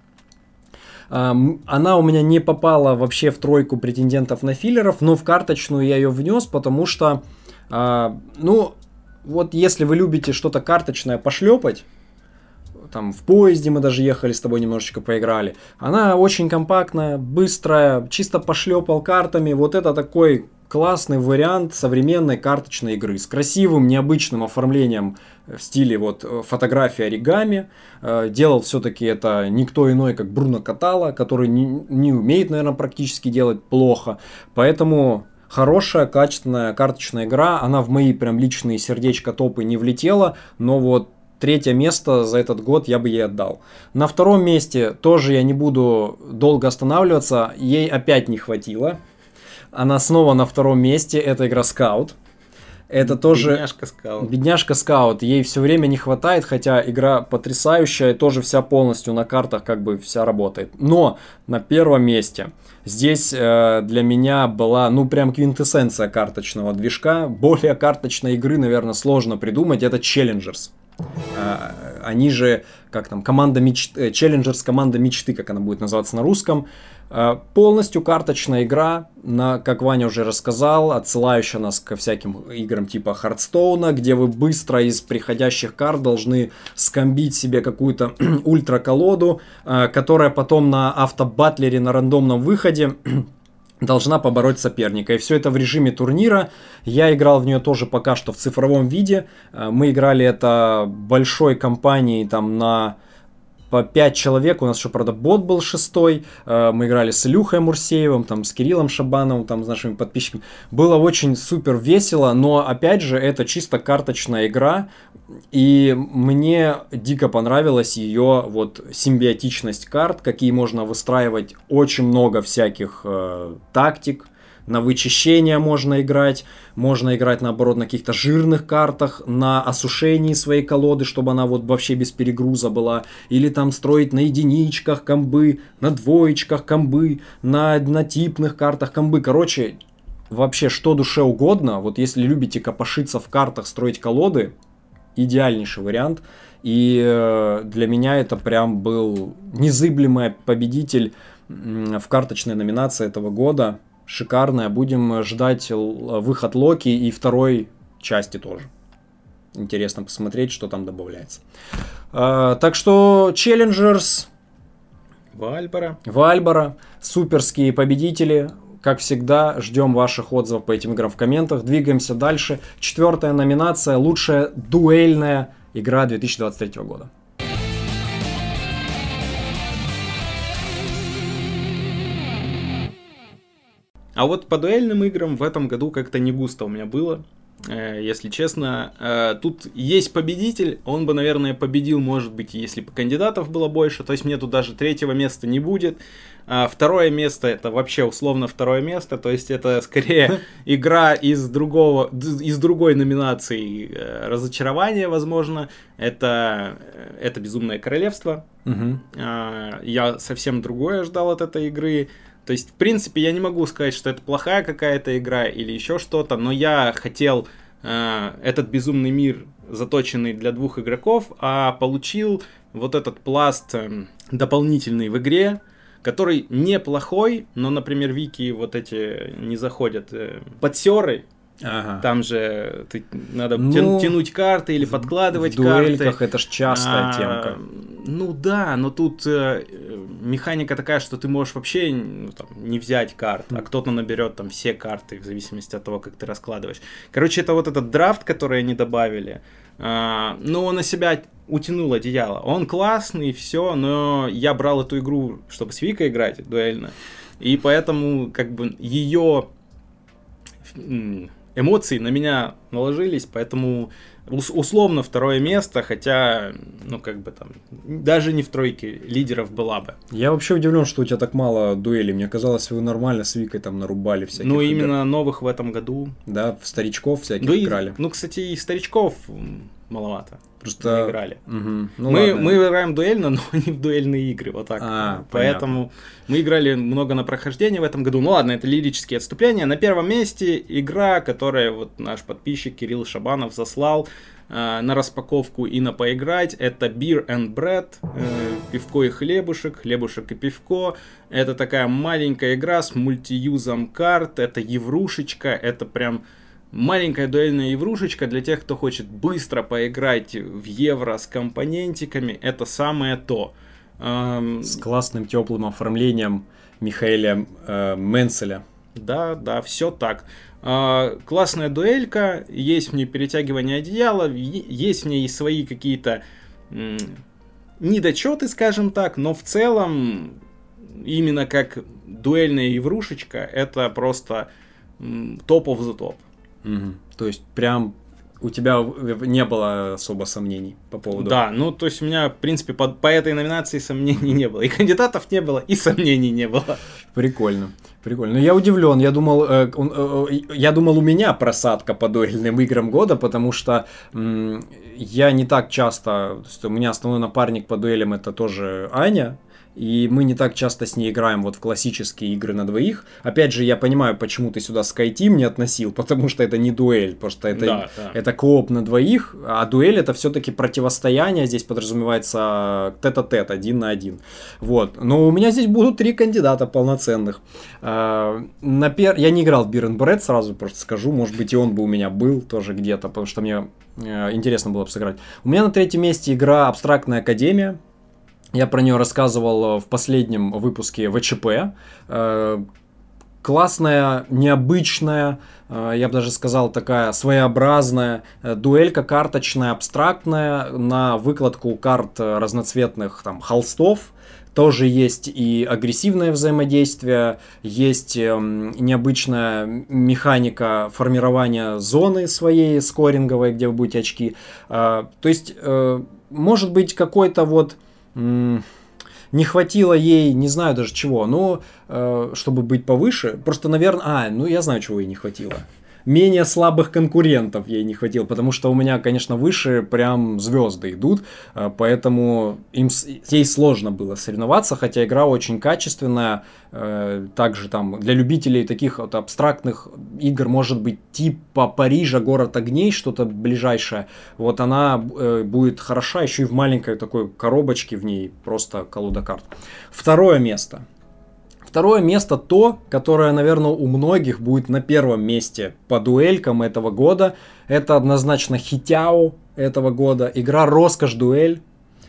Э, она у меня не попала вообще в тройку претендентов на филлеров, но в карточную я ее внес, потому что, э, ну, вот если вы любите что-то карточное пошлепать, там в поезде мы даже ехали с тобой, немножечко поиграли. Она очень компактная, быстрая, чисто пошлепал картами. Вот это такой классный вариант современной карточной игры с красивым, необычным оформлением в стиле вот фотографии оригами. Делал все-таки это никто иной, как Бруно Катала, который не, не умеет, наверное, практически делать плохо. Поэтому хорошая, качественная карточная игра. Она в мои прям личные сердечко топы не влетела, но вот третье место за этот год я бы ей отдал. На втором месте тоже я не буду долго останавливаться, ей опять не хватило. Она снова на втором месте, это игра Scout. Это тоже... Бедняжка Скаут. Бедняжка Скаут. Ей все время не хватает, хотя игра потрясающая, тоже вся полностью на картах как бы вся работает. Но на первом месте здесь э, для меня была, ну, прям квинтэссенция карточного движка. Более карточной игры, наверное, сложно придумать. Это Challengers. Э, они же, как там, команда мечты, Challengers, команда мечты, как она будет называться на русском. Полностью карточная игра, на, как Ваня уже рассказал, отсылающая нас ко всяким играм типа Хардстоуна, где вы быстро из приходящих карт должны скомбить себе какую-то ультра-колоду, которая потом на автобатлере на рандомном выходе должна побороть соперника. И все это в режиме турнира. Я играл в нее тоже пока что в цифровом виде. Мы играли это большой компанией там на... по пять человек, у нас еще, правда, бот был шестой, мы играли с Илюхой Мурсеевым, там, с Кириллом Шабановым, там, с нашими подписчиками. Было очень супер весело, но, опять же, это чисто карточная игра, и мне дико понравилась ее вот симбиотичность карт, какие можно выстраивать очень много всяких э, тактик. На вычищение можно играть, можно играть, наоборот, на каких-то жирных картах, на осушении своей колоды, чтобы она вот вообще без перегруза была, или там строить на единичках комбы, на двоечках комбы, на однотипных картах комбы. Короче, вообще что душе угодно, вот если любите копошиться в картах, строить колоды, идеальнейший вариант. И для меня это прям был незыблемый победитель в карточной номинации этого года. Шикарная. Будем ждать выход Локи и второй части тоже. Интересно посмотреть, что там добавляется. А, так что Challengers, Вальбора. Вальбора, суперские победители. Как всегда, ждем ваших отзывов по этим играм в комментах. Двигаемся дальше. Четвертая номинация. Лучшая дуэльная игра две тысячи двадцать третьего года. А вот по дуэльным играм в этом году как-то не густо у меня было, э, если честно. Э, тут есть победитель, он бы, наверное, победил, может быть, если бы кандидатов было больше, то есть мне тут даже третьего места не будет. А второе место, это вообще условно второе место, то есть это скорее игра из другого, из другой номинации э, разочарования, возможно. Это, это «Безумное королевство». Угу. Э, я совсем другое ждал от этой игры. То есть, в принципе, я не могу сказать, что это плохая какая-то игра или еще что-то, но я хотел э, этот безумный мир, заточенный для двух игроков, а получил вот этот пласт э, дополнительный в игре, который неплохой, но, например, вики вот эти не заходят. Э, подсеры. Ага. Там же ты, надо ну, тянуть карты или подкладывать в дуэльках карты. Это ж частая а, темка. Ну да, но тут э, механика такая, что ты можешь вообще ну, там, не взять карт, а кто-то наберет там все карты в зависимости от того, как ты раскладываешь. Короче, это вот этот драфт, который они добавили. Э, ну, он на себя утянул одеяло. Он классный, все, но я брал эту игру, чтобы с Викой играть дуэльно. И поэтому как бы ее... эмоции на меня наложились, поэтому условно второе место, хотя, ну, как бы там, даже не в тройке лидеров была бы. Я вообще удивлен, что у тебя так мало дуэлей. Мне казалось, вы нормально с Викой там нарубали всяких. Ну, игр. именно новых в этом году. Да, в старичков всяких ну, играли. И, ну, кстати, и старичков маловато. Просто не играли. Угу. Ну, мы, ладно. мы играем дуэльно, но не в дуэльные игры, вот так. А, Поэтому понятно. мы играли много на прохождение в этом году. Ну ладно, это лирические отступления. На первом месте игра, которая вот наш подписчик Кирилл Шабанов заслал э, на распаковку и на поиграть. Это Beer and Bread, э, пивко и хлебушек, хлебушек и пивко. Это такая маленькая игра с мультиюзом карт. Это еврушечка, это прям... маленькая дуэльная еврушечка для тех, кто хочет быстро поиграть в евро с компонентиками, это самое то. Эм... С классным теплым оформлением Михаэля э, Менцеля. Да, да, все так. Э, классная дуэлька, есть в ней перетягивание одеяла, есть в ней свои какие-то м- недочеты, скажем так, но в целом именно как дуэльная еврушечка, это просто м- топ of the top. Угу. То есть прям у тебя не было особо сомнений по поводу... Да, ну, то есть у меня, в принципе, по, по этой номинации сомнений не было. И кандидатов не было, и сомнений не было. Прикольно. Прикольно. Но я удивлен. Я думал, э, э, э, я думал, у меня просадка по дуэльным играм года, потому что м- я не так часто... То есть у меня основной напарник по дуэлям это тоже Аня. И мы не так часто с ней играем вот в классические игры на двоих. Опять же, я понимаю, почему ты сюда SkyTeam не относил, потому что это не дуэль, просто это, да, да. это кооп на двоих, а дуэль это все-таки противостояние, здесь подразумевается тет-а-тет, один на один. Вот. Но у меня здесь будут три кандидата полноценных. На пер... Я не играл в Beer and Bread, сразу просто скажу, может быть и он бы у меня был тоже где-то, потому что мне интересно было бы сыграть. У меня на третьем месте игра «Абстрактная академия». Я про нее рассказывал в последнем выпуске ВЧП. Классная, необычная, я бы даже сказал, такая своеобразная дуэлька карточная, абстрактная, на выкладку карт разноцветных там, холстов. Тоже есть и агрессивное взаимодействие, есть необычная механика формирования зоны своей скоринговой, где вы будете очки. То есть, может быть, какой-то вот... не хватило ей, не знаю даже чего, но э, чтобы быть повыше, просто, наверное, а, ну я знаю, чего ей не хватило. Менее слабых конкурентов ей не хватило, потому что у меня, конечно, выше прям звезды идут, э, поэтому им, ей сложно было соревноваться, хотя игра очень качественная, э, также там для любителей таких вот абстрактных игр, может быть, типа Парижа, Город огней, что-то ближайшее, вот она э, будет хороша еще и в маленькой такой коробочке в ней, просто колода карт. Второе место. Второе место то, которое, наверное, у многих будет на первом месте по дуэлькам этого года. Это однозначно Хитяо этого года. Игра «Роскошь дуэль».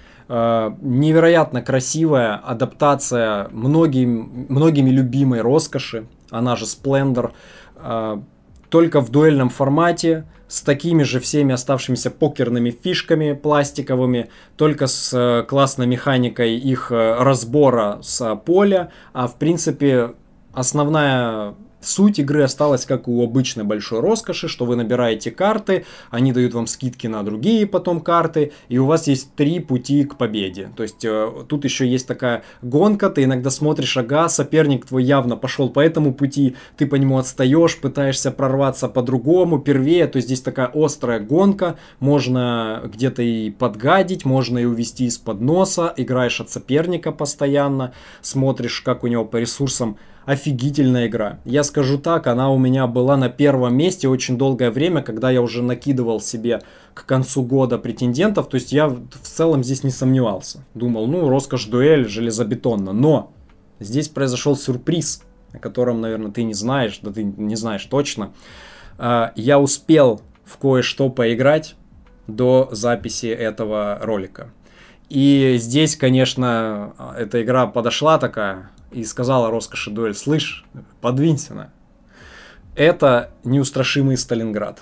Э, невероятно красивая адаптация многим, многими любимой роскоши. Она же Splendor. Э, только в дуэльном формате. С такими же всеми оставшимися покерными фишками пластиковыми, только с классной механикой их разбора с поля, а в принципе основная суть игры осталась как у обычной большой роскоши, что вы набираете карты, они дают вам скидки на другие потом карты, и у вас есть три пути к победе. То есть э, тут еще есть такая гонка, ты иногда смотришь, ага, соперник твой явно пошел по этому пути, ты по нему отстаешь, пытаешься прорваться по-другому, первее, то есть здесь такая острая гонка, можно где-то и подгадить, можно и увести из-под носа, играешь от соперника постоянно, смотришь, как у него по ресурсам. Офигительная игра. Я скажу так, она у меня была на первом месте очень долгое время, когда я уже накидывал себе к концу года претендентов, то есть я в целом здесь не сомневался. Думал, ну, роскошь дуэль железобетонно. Но здесь произошел сюрприз, о котором, наверное, ты не знаешь, да ты не знаешь точно. Я успел в кое-что поиграть до записи этого ролика. И здесь, конечно, эта игра подошла такая и сказала роскоши дуэль: слышь, подвинься на. Это неустрашимый Сталинград.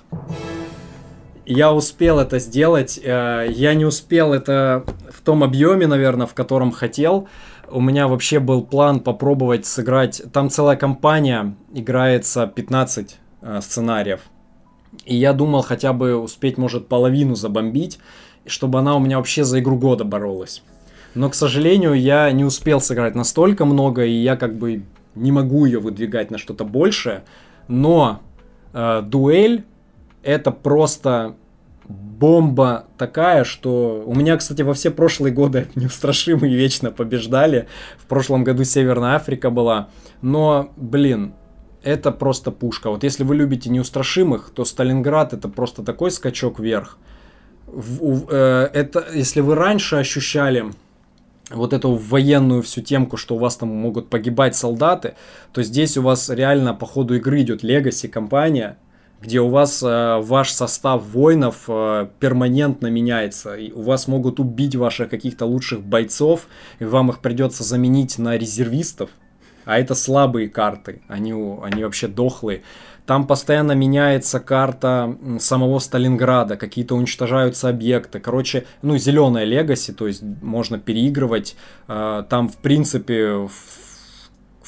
Я успел это сделать, я не успел это в том объеме, наверное, в котором хотел. У меня вообще был план попробовать сыграть, там целая кампания, играется пятнадцать сценариев. И я думал хотя бы успеть, может, половину забомбить, чтобы она у меня вообще за игру года боролась. Но, к сожалению, я не успел сыграть настолько много, и я как бы не могу ее выдвигать на что-то большее. Но э, дуэль это просто бомба такая, что у меня, кстати, во все прошлые годы неустрашимые вечно побеждали. В прошлом году Северная Африка была. Но, блин, это просто пушка. Вот если вы любите неустрашимых, то Сталинград это просто такой скачок вверх. В, э, это, если вы раньше ощущали вот эту военную всю темку, что у вас там могут погибать солдаты, то здесь у вас реально по ходу игры идет Legacy кампания, где у вас э, ваш состав воинов э, перманентно меняется, и у вас могут убить ваших каких-то лучших бойцов, и вам их придется заменить на резервистов, а это слабые карты, они, они вообще дохлые. Там постоянно меняется карта самого Сталинграда, какие-то уничтожаются объекты. Короче, ну, зеленая легаси, то есть можно переигрывать. Там, в принципе, в, в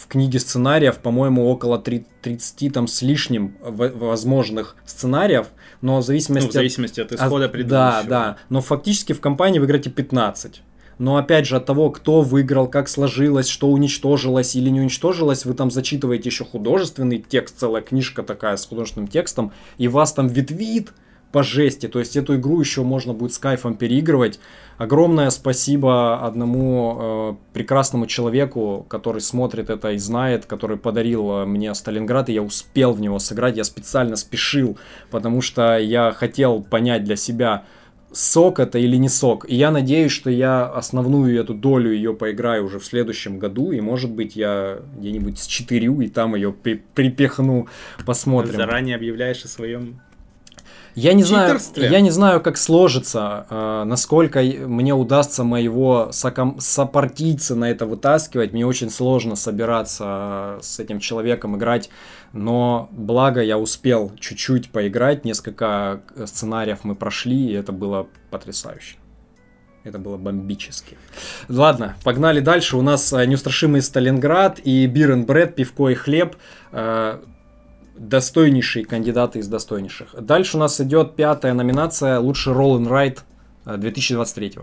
книге сценариев, по-моему, около тридцати там с лишним возможных сценариев, но в зависимости, ну, в зависимости от, от исхода от, предыдущего. Да, да, но фактически в кампании вы играете пятнадцать. Но опять же от того, кто выиграл, как сложилось, что уничтожилось или не уничтожилось, вы там зачитываете еще художественный текст, целая книжка такая с художественным текстом, и вас там ветвит по жести. То есть эту игру еще можно будет с кайфом переигрывать. Огромное спасибо одному э, прекрасному человеку, который смотрит это и знает, который подарил мне Сталинград, и я успел в него сыграть. Я специально спешил, потому что я хотел понять для себя, сок это или не сок. И я надеюсь, что я основную эту долю ее поиграю уже в следующем году. И может быть я где-нибудь с четырью и там ее при- припихну. Посмотрим. Заранее объявляешь о своем... Я не, знаю, я не знаю, как сложится, э, насколько мне удастся моего соком- сопартийца на это вытаскивать. Мне очень сложно собираться с этим человеком играть, но благо я успел чуть-чуть поиграть, несколько сценариев мы прошли, и это было потрясающе. Это было бомбически. Ладно, погнали дальше. У нас неустрашимый Сталинград и Beer and Bread, пивко и хлеб. Э, достойнейшие кандидаты из достойнейших. Дальше у нас идет пятая номинация «Лучший Roll and Ride» две тысячи двадцать третьего.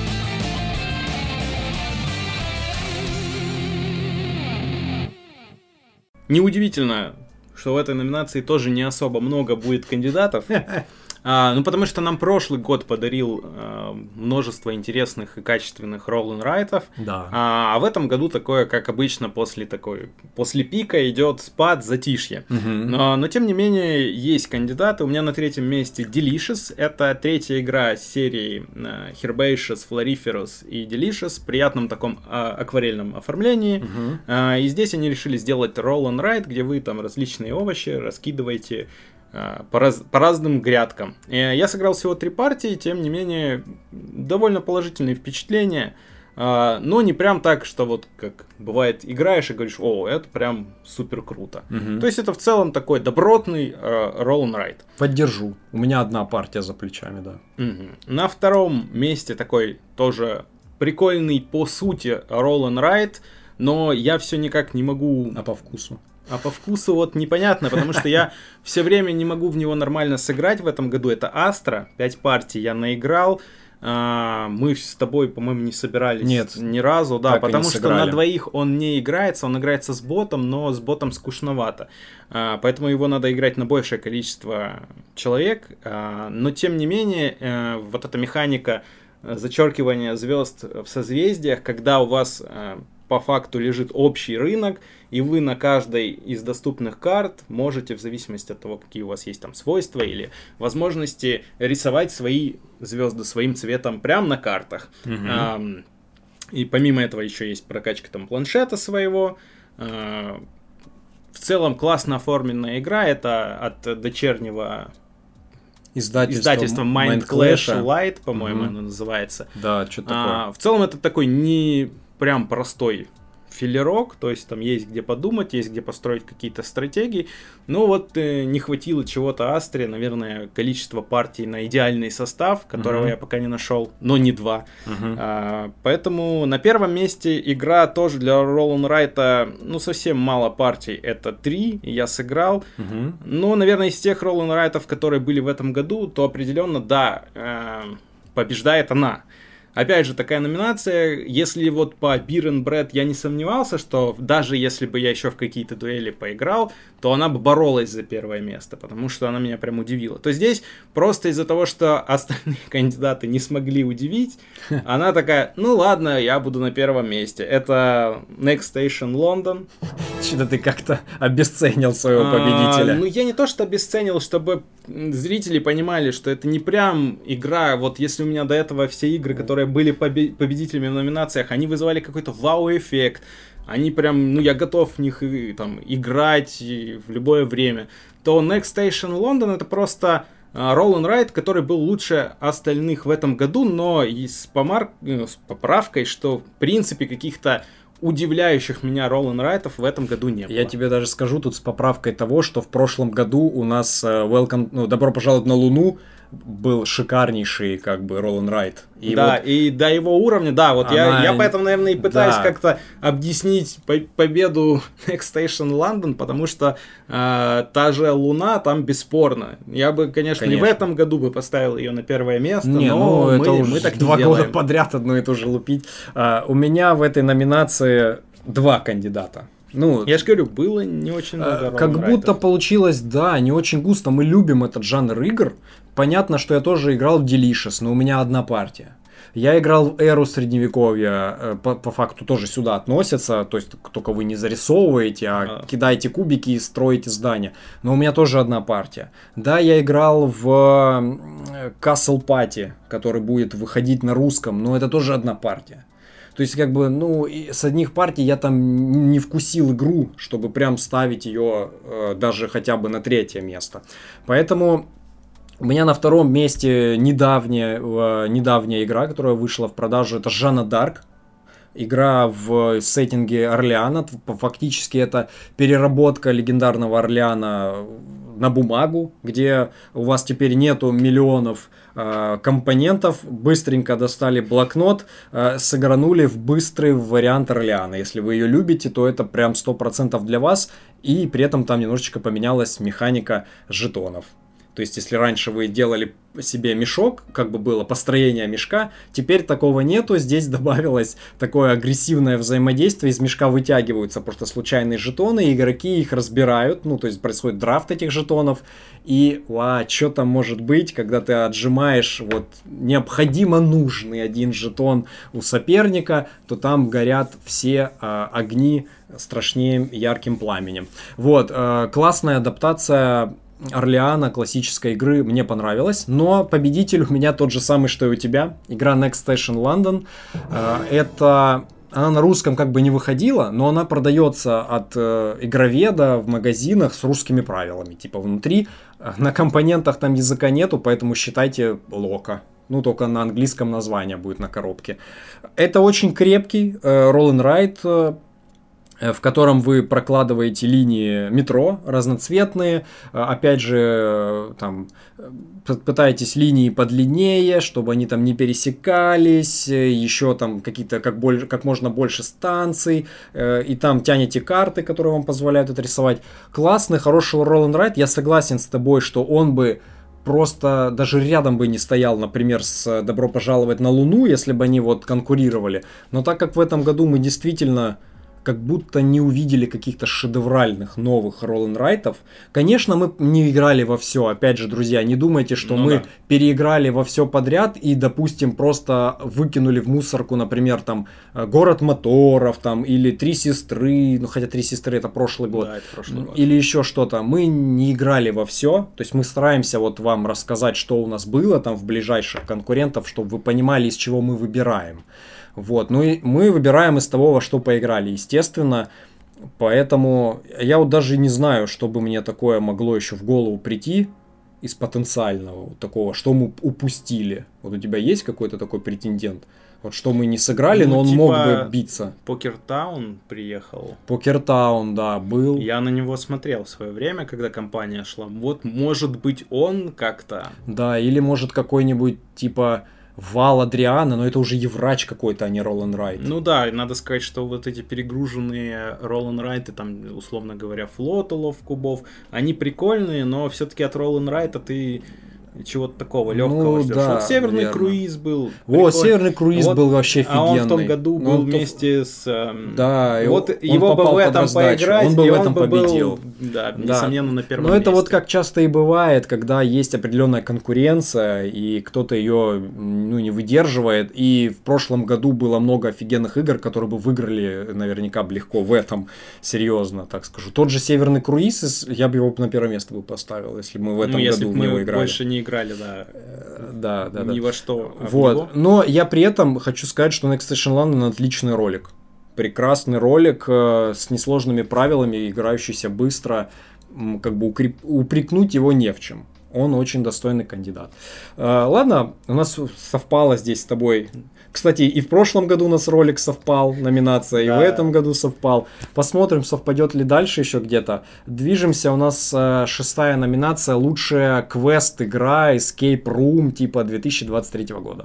Неудивительно, что в этой номинации тоже не особо много будет кандидатов. А, ну, потому что нам прошлый год подарил а, множество интересных и качественных ролл-н-райтов. Да. А, а в этом году такое, как обычно, после такой, после пика идет спад, затишье. Угу. Но, но, тем не менее, есть кандидаты. У меня на третьем месте Delicious. Это третья игра серии uh, Herbaceous, Floriferous и Delicious в приятном таком uh, акварельном оформлении. Угу. Uh, и здесь они решили сделать roll-and-ride, где вы там различные овощи раскидываете По, раз, по разным грядкам. И я сыграл всего три партии, тем не менее, довольно положительные впечатления. Но не прям так, что вот как бывает, играешь и говоришь, о, это прям супер круто. Угу. То есть это в целом такой добротный roll and ride. Поддержу. У меня одна партия за плечами, да. Угу. На втором месте такой тоже прикольный по сути roll and ride, но я все никак не могу... А по вкусу? А по вкусу вот непонятно, потому что я все время не могу в него нормально сыграть в этом году. Это Астра, пять партий я наиграл. А, мы с тобой, по-моему, не собирались Нет, ни разу, да, потому что сыграли. На двоих он не играется, он играется с ботом, но с ботом скучновато. А, поэтому его надо играть на большее количество человек. А, но тем не менее, а, вот эта механика зачеркивания звезд в созвездиях, когда у вас... А, по факту лежит общий рынок, и вы на каждой из доступных карт можете, в зависимости от того, какие у вас есть там свойства или возможности, рисовать свои звезды своим цветом прямо на картах. Mm-hmm. А, и помимо этого еще есть прокачка там планшета своего. А, в целом классно оформленная игра, это от дочернего Издательство, издательство Mind Clash Light, по-моему, mm-hmm. оно называется. Да, что-то такое. А, в целом это такой не... прям простой филлерок, то есть там есть где подумать, есть где построить какие-то стратегии, но вот э, не хватило чего-то Астре, наверное, количество партий на идеальный состав, которого uh-huh. я пока не нашел, но не два. Uh-huh. А, поэтому на первом месте игра тоже для Roll and Ride, ну совсем мало партий, это три, я сыграл, uh-huh. но, наверное, из тех Roll and Ride, которые были в этом году, то определенно, да, э, побеждает она. Опять же, такая номинация, если вот по Beer and Bread я не сомневался, что даже если бы я еще в какие-то дуэли поиграл, то она бы боролась за первое место, потому что она меня прям удивила. То здесь просто из-за того, что остальные кандидаты не смогли удивить, она такая, ну ладно, я буду на первом месте. Это Next Station London. Что-то ты как-то обесценил своего победителя. А, ну я не то, что обесценил, чтобы зрители понимали, что это не прям игра, вот если у меня до этого все игры, которые были побе- победителями в номинациях, они вызывали какой-то вау-эффект, они прям, ну я готов в них и, там, играть и в любое время, то Next Station London это просто uh, Roll and Ride, который был лучше остальных в этом году, но и с, помар... с поправкой, что в принципе каких-то удивляющих меня ролл-н-райтов в этом году не было. Я тебе даже скажу тут с поправкой того, что в прошлом году у нас Welcome, ну, «Добро пожаловать на Луну» был шикарнейший, как бы, ролл-н-райд. И да, вот... и до его уровня, да, вот она... я, я поэтому, наверное, и пытаюсь да. как-то объяснить по- победу Next Station London, потому что э, та же Луна там бесспорно. Я бы, конечно, конечно, и в этом году бы поставил ее на первое место, не, но ну, мы, это мы, уже мы так не два делаем. года подряд одно и то же лупить. А, у меня в этой номинации два кандидата. Ну, я же говорю, было не очень много как будто получилось, да, не очень густо. Мы любим этот жанр игр. Понятно, что я тоже играл в Delicious, но у меня одна партия. Я играл в эру средневековья, по, по факту тоже сюда относятся, то есть только вы не зарисовываете, а, а кидаете кубики и строите здания. Но у меня тоже одна партия. Да, я играл в Castle Party, который будет выходить на русском, но это тоже одна партия. То есть, как бы, ну, с одних партий я там не вкусил игру, чтобы прям ставить ее э, даже хотя бы на третье место. Поэтому у меня на втором месте недавняя, э, недавняя игра, которая вышла в продажу, это Жанна Дарк. Игра в сеттинге Орлеана. Фактически это переработка легендарного Орлеана на бумагу, где у вас теперь нету миллионов э, компонентов, быстренько достали блокнот, э, сыгранули в быстрый вариант Орлеана. Если вы ее любите, то это прям сто процентов для вас, и при этом там немножечко поменялась механика жетонов. То есть, если раньше вы делали себе мешок, как бы было построение мешка, теперь такого нету. Здесь добавилось такое агрессивное взаимодействие. Из мешка вытягиваются просто случайные жетоны, и игроки их разбирают. Ну, то есть, происходит драфт этих жетонов. И, ва, что там может быть, когда ты отжимаешь вот необходимо нужный один жетон у соперника, то там горят все а, огни страшнее ярким пламенем. Вот, а, классная адаптация Орлеана, классической игры, мне понравилось, но победитель у меня тот же самый, что и у тебя. Игра Next Station London. Это... Она на русском как бы не выходила, но она продается от э, игроведа в магазинах с русскими правилами. Типа внутри, на компонентах там языка нету, поэтому считайте лока. Ну, только на английском название будет на коробке. Это очень крепкий э, roll-and-ride, э, в котором вы прокладываете линии метро разноцветные, опять же, там, пытаетесь линии подлиннее, чтобы они там не пересекались, еще там какие-то, как, боль, как можно больше станций, и там тянете карты, которые вам позволяют это рисовать. Классный, хороший roll-and-ride, я согласен с тобой, что он бы просто даже рядом бы не стоял, например, с «Добро пожаловать на Луну», если бы они вот конкурировали. Но так как в этом году мы действительно как будто не увидели каких-то шедевральных новых ролл-н-райтов. Конечно, мы не играли во все. Опять же, друзья, не думайте, что ну мы да. переиграли во все подряд и, допустим, просто выкинули в мусорку, например, там «Город моторов» там, или «Три сестры». Ну, хотя «Три сестры» это прошлый год. Да, это прошлый год. Или еще что-то. Мы не играли во все. То есть мы стараемся вот вам рассказать, что у нас было там в ближайших конкурентов, чтобы вы понимали, из чего мы выбираем. Вот, ну и мы выбираем из того, во что поиграли, естественно, поэтому я вот даже не знаю, что бы мне такое могло еще в голову прийти из потенциального, вот такого, что мы упустили. Вот у тебя есть какой-то такой претендент? Вот что мы не сыграли, ну, но он типа мог бы биться. Покер Таун приехал. Покер Таун, да, был. Я на него смотрел в свое время, когда компания шла. Вот, может быть, он как-то... Да, или может какой-нибудь типа... Вал Адриана, но это уже Еврач какой-то, а не Roll-and-Ride. Ну да, надо сказать, что вот эти перегруженные Roll-and-Ride, там, условно говоря, флот улов кубов, они прикольные, но все-таки от Roll-and-Ride ты чего-то такого легкого ну, ждешь. Да, вот Северный верно. Круиз был. О, Северный Круиз вот, был вообще офигенный. А он в том году но был он вместе то... с... Эм, да, вот он его бы в этом поиграть, он бы и в он этом бы победил. Был, да, да, несомненно, на первом но месте. это вот как часто и бывает, когда есть определенная конкуренция, и кто-то ее ну, не выдерживает. И в прошлом году было много офигенных игр, которые бы выиграли наверняка бы легко в этом, серьезно, так скажу. Тот же Северный Круиз, я бы его на первое место бы поставил, если бы мы в этом ну, если году бы в него мы играли. больше не играли, да. Да, да, да. Ни во что. А вот. него? Но я при этом хочу сказать, что Next Station London отличный ролик. Прекрасный ролик э, с несложными правилами, играющийся быстро. М, как бы укреп... упрекнуть его не в чем. Он очень достойный кандидат. Э, ладно, у нас совпало здесь с тобой Кстати, и в прошлом году у нас ролик совпал, номинация, да. И в этом году совпал. Посмотрим, совпадет ли дальше еще где-то. Движемся, у нас э, шестая номинация, лучшая квест-игра Escape Room типа две тысячи двадцать третьего года.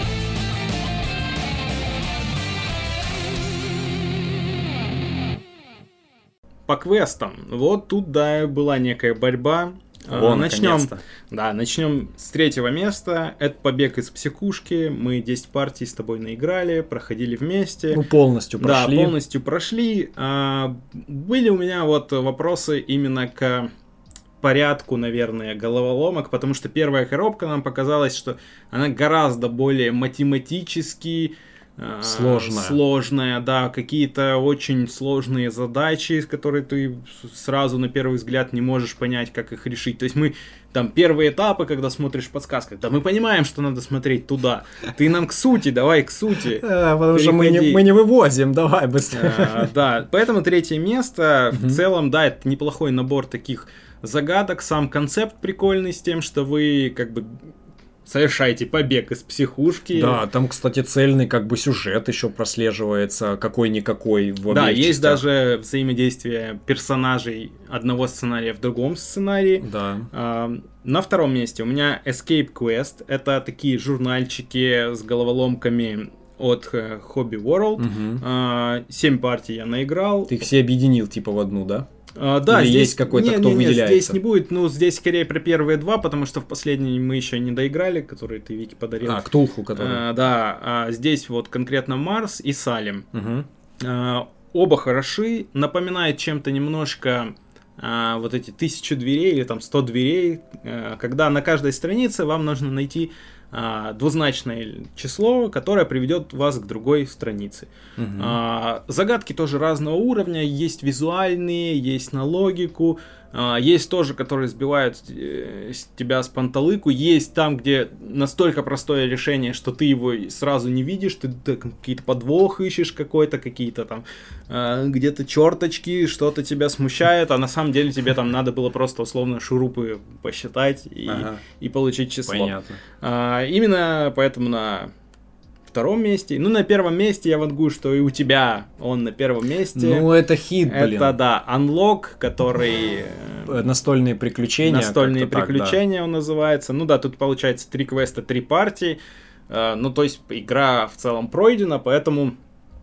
По квестам, вот тут, да, была некая борьба. О, начнем, да, начнем с третьего места. Это побег из психушки. Мы десять партий с тобой наиграли, проходили вместе. Ну, полностью прошли. Да, полностью прошли. А, были у меня вот вопросы именно к порядку, наверное, головоломок, потому что первая коробка нам показалась, что она гораздо более математически Сложная. Сложная, да, какие-то очень сложные задачи, которые ты сразу на первый взгляд не можешь понять, как их решить. То есть мы, там, первые этапы, когда смотришь в подсказках, да мы понимаем, что надо смотреть туда. Ты нам к сути, давай к сути. А, потому что мы не, мы не вывозим, давай быстрее. А, да, поэтому третье место, в целом, да, это неплохой набор таких загадок, сам концепт прикольный с тем, что вы, как бы, совершаете побег из психушки. Да, там, кстати, цельный как бы сюжет еще прослеживается, какой-никакой. В да, есть частях. Даже взаимодействие персонажей одного сценария в другом сценарии. Да. А, на втором месте у меня Escape Quest. Это такие журнальчики с головоломками от Hobby World. Угу. А, семь партий я наиграл. Ты их все объединил типа в одну, да? А, да, или здесь есть какой-то, не, кто не, не, выделяется? Здесь не будет, ну, здесь скорее про первые два, потому что в последний мы еще не доиграли, который ты, Вики, подарил. А, Ктулху, который. А, да, а здесь вот конкретно Марс и Салем. Угу. А, оба хороши, напоминает чем-то немножко а, вот эти тысячу дверей или там сто дверей, а, когда на каждой странице вам нужно найти а, двузначное число, которое приведет вас к другой странице. Угу. А, загадки тоже разного уровня, есть визуальные, есть на логику, а, есть тоже, которые сбивают э, тебя с панталыку, есть там, где настолько простое решение, что ты его сразу не видишь, ты, ты какие-то подвох ищешь какой-то, какие-то там э, где-то черточки, что-то тебя смущает, а на самом деле тебе там надо было просто условно шурупы посчитать и, ага. и получить число. Понятно. А, именно поэтому на втором месте. Ну, на первом месте я вангую, что и у тебя он на первом месте. Ну, это хит, блин. Это, да, Unlock, который... Настольные приключения. Настольные приключения так, да. Он называется. Ну да, тут получается три квеста, три партии. Ну, то есть игра в целом пройдена, поэтому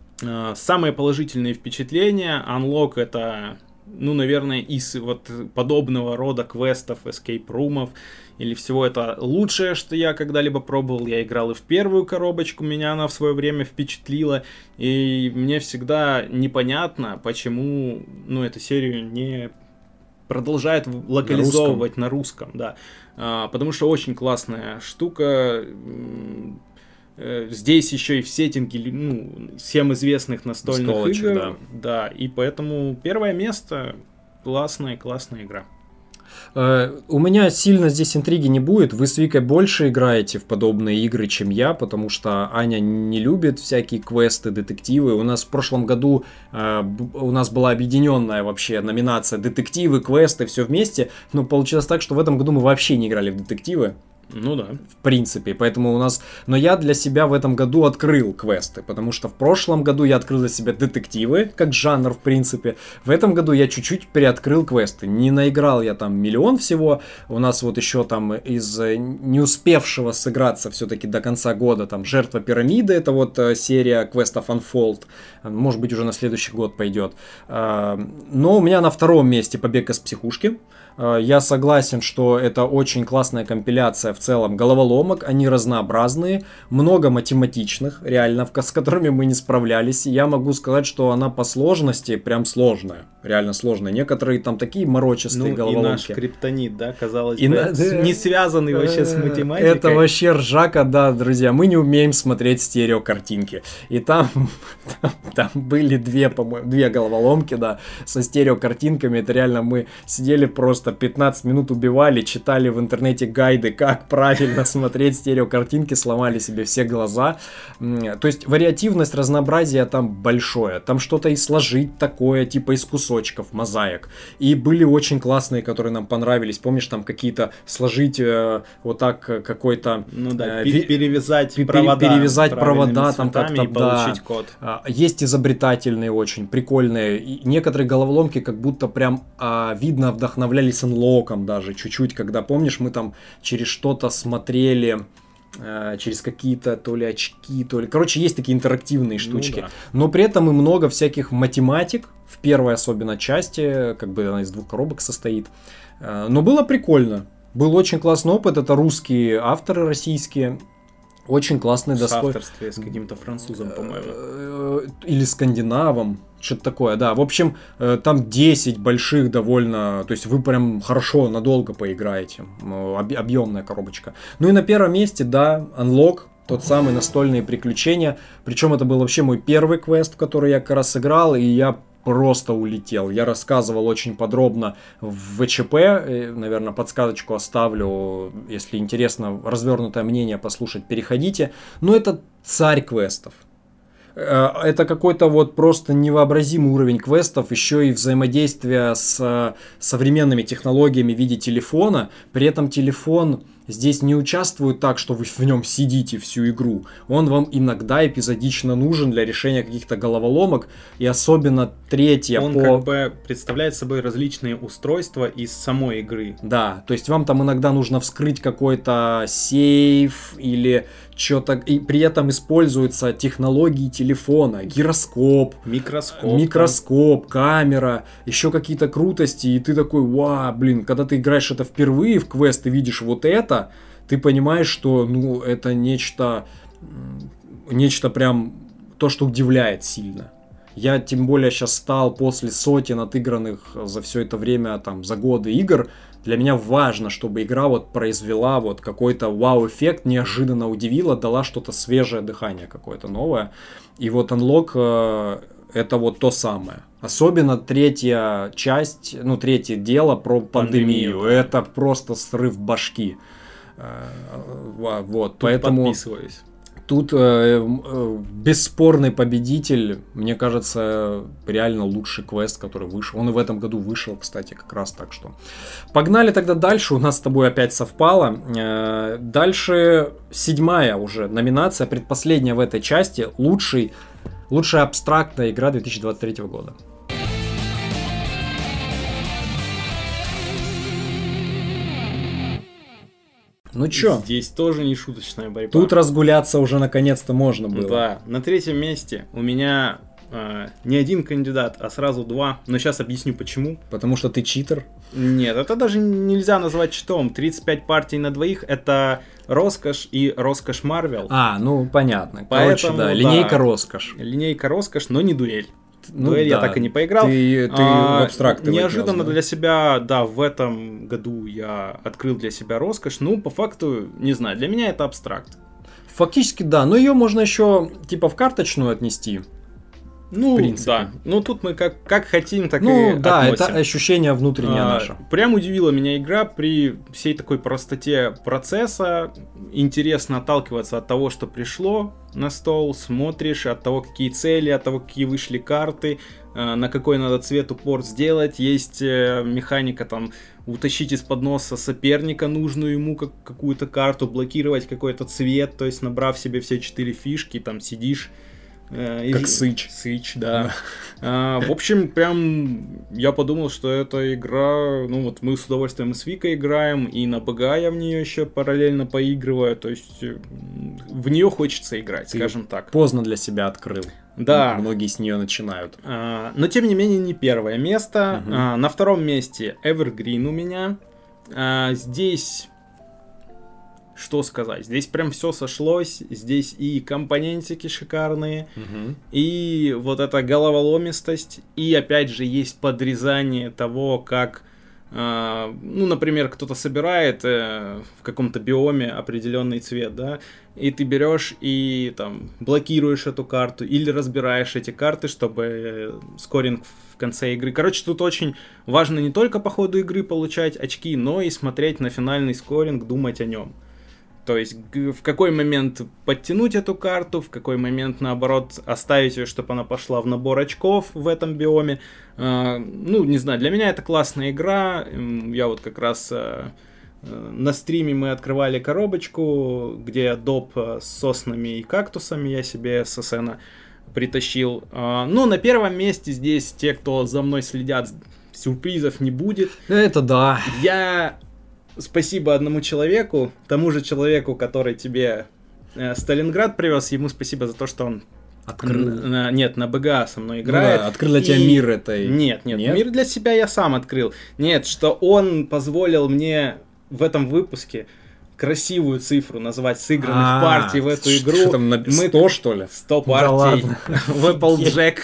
самые положительные впечатления. Unlock — это, ну, наверное, из вот подобного рода квестов, эскейп-румов или всего это лучшее, что я когда-либо пробовал. Я играл и в первую коробочку, меня она в свое время впечатлила, и мне всегда непонятно, почему, ну, эту серию не продолжает локализовывать на русском, на русском, да, а, потому что очень классная штука. Здесь еще и в сеттинге, ну, всем известных настольных Столочек, игр, да. да, и поэтому первое место, классная, классная игра. У меня сильно здесь интриги не будет. Вы с Викой больше играете в подобные игры, чем я, потому что Аня не любит всякие квесты, детективы. У нас в прошлом году э, у нас была объединенная вообще номинация детективы, квесты, все вместе. Но получилось так, что в этом году мы вообще не играли в детективы. Ну да. В принципе, поэтому у нас... Но я для себя в этом году открыл квесты, потому что в прошлом году я открыл для себя детективы, как жанр в принципе. В этом году я чуть-чуть переоткрыл квесты. Не наиграл я там миллион всего. У нас вот еще там из не успевшего сыграться все-таки до конца года там Жертва пирамиды, это вот серия квестов Unfold. Может быть, уже на следующий год пойдет. Но у меня на втором месте Побег из психушки. Я согласен, что это очень классная компиляция в целом головоломок, они разнообразные, много математичных, реально, с которыми мы не справлялись. Я могу сказать, что она по сложности прям сложная, реально сложная. Некоторые там такие морочистые ну, головоломки. И наш криптонит, да, казалось и бы, на... не связанный вообще с математикой. Это вообще ржака, да, друзья, мы не умеем смотреть стереокартинки. И там, там, там были две, по-моему, две головоломки, да, со стереокартинками. Это реально мы сидели просто пятнадцать минут убивали, читали в интернете гайды, как правильно смотреть стереокартинки, сломали себе все глаза. То есть вариативность, разнообразие там большое. Там что-то и сложить такое, типа из кусочков песочков, мозаик. И были очень классные, которые нам понравились. Помнишь, там какие-то сложить э, вот так какой-то... Ну да, э, перевязать пер- провода. Перевязать провода, там как-то, и получить да. код. Есть изобретательные очень, прикольные. И некоторые головоломки как будто прям а, видно вдохновлялись анлоком даже чуть-чуть, когда, помнишь, мы там через что-то смотрели... через какие-то то ли очки, то ли... Короче, есть такие интерактивные штучки. Ну, да. Но при этом и много всяких математик, в первой особенно части, как бы она из двух коробок состоит. Но было прикольно. Был очень классный опыт. Это русские авторы российские. Очень классный достойный. В авторстве с каким-то французом, по-моему. Или скандинавом. Что-то такое, да. В общем, там десять больших довольно... То есть вы прям хорошо, надолго поиграете. Объемная коробочка. Ну и на первом месте, да, Unlock. Тот самый настольные приключения. Причем это был вообще мой первый квест, в который я как раз сыграл. И я просто улетел. Я рассказывал очень подробно в ВЧП. Наверное, подсказочку оставлю. Если интересно развернутое мнение послушать, переходите. Но это царь квестов. Это какой-то вот просто невообразимый уровень квестов, еще и взаимодействие с современными технологиями в виде телефона. При этом телефон здесь не участвует так, что вы в нем сидите всю игру. Он вам иногда эпизодично нужен для решения каких-то головоломок. И особенно третья Он по... как бы представляет собой различные устройства из самой игры. Да, то есть вам там иногда нужно вскрыть какой-то сейф или что-то. И при этом используются технологии телефона, гироскоп, микроскоп, микроскоп, камера, еще какие-то крутости. И ты такой, вау, блин, когда ты играешь это впервые в квест и видишь вот это, ты понимаешь, что ну это нечто, нечто прям то, что удивляет сильно. Я тем более сейчас стал после сотен отыгранных за все это время, там, за годы игр. Для меня важно, чтобы игра вот произвела вот какой-то вау-эффект, неожиданно удивила, дала что-то свежее дыхание какое-то новое. И вот Unlock э, это вот то самое. Особенно третья часть, ну третье дело про пандемию. пандемию. Это просто срыв башки. Э, вот, Тут поэтому... подписываюсь. Тут э, э, бесспорный победитель, мне кажется, реально лучший квест, который вышел. Он и в этом году вышел, кстати, как раз так что. Погнали тогда дальше, у нас с тобой опять совпало. Э, дальше седьмая уже номинация, предпоследняя в этой части, лучший, лучшая абстрактная игра две тысячи двадцать третьего года. Ну чё? Здесь тоже не шуточная борьба. Тут разгуляться уже наконец-то можно было. Да, на третьем месте у меня э, не один кандидат, а сразу два. Но сейчас объясню почему. Потому что ты читер? Нет, это даже нельзя назвать читом. тридцать пять партий на двоих — это роскошь и роскошь Марвел. А, ну понятно. Поэтому, короче, да, линейка да, роскошь. Линейка роскошь, но не дуэль. Ну, дуэль да. я так и не поиграл. Ты, ты а, в абстракты неожиданно играл, да? для себя, да, в этом году я открыл для себя роскошь. Ну, по факту, не знаю, для меня это абстракт. Фактически, да, но ее можно еще типа в карточную отнести. Ну, в принципе. да. Ну, тут мы как, как хотим, так ну, и да, относим. это ощущение внутреннее а, наше. Прям удивила меня игра при всей такой простоте процесса. Интересно отталкиваться от того, что пришло на стол, смотришь, от того, какие цели, от того, какие вышли карты, на какой надо цвет упор сделать. Есть механика там утащить из-под носа соперника нужную ему как, какую-то карту, блокировать какой-то цвет, то есть набрав себе все четыре фишки, там сидишь. Как и... Сыч. Сыч, да. а, в общем, прям я подумал, что эта игра... Ну вот мы с удовольствием и с Викой играем, и на БГ я в нее еще параллельно поигрываю. То есть в нее хочется играть, Ты скажем так. Поздно для себя открыл. Да. Многие с нее начинают. А, но тем не менее не первое место. Угу. А, на втором месте Evergreen у меня. А, здесь... Что сказать? Здесь прям все сошлось. Здесь и компонентики шикарные, угу. и вот эта головоломистость, и опять же есть подрезание того, как, э, ну, например, кто-то собирает э, в каком-то биоме определенный цвет, да, и ты берешь и там блокируешь эту карту или разбираешь эти карты, чтобы скоринг в конце игры. Короче, тут очень важно не только по ходу игры получать очки, но и смотреть на финальный скоринг, думать о нем. То есть в какой момент подтянуть эту карту, в какой момент, наоборот, оставить ее, чтобы она пошла в набор очков в этом биоме. Ну, не знаю, для меня это классная игра. Я вот как раз на стриме мы открывали коробочку, где доп с соснами и кактусами я себе эс эс эн притащил. Ну, на первом месте здесь те, кто за мной следят, сюрпризов не будет. Это да. Я... Спасибо одному человеку, тому же человеку, который тебе э, Сталинград привез, ему спасибо за то, что он открыл. На, нет, на бэ гэ а со мной играет. Ну да, открыл для тебя и... мир этой. Нет, нет, нет, мир для себя я сам открыл. Нет, что он позволил мне в этом выпуске красивую цифру назвать сыгранных А-а-а, партий в эту игру. Что там, на сто, что ли? сто партий в Applejack.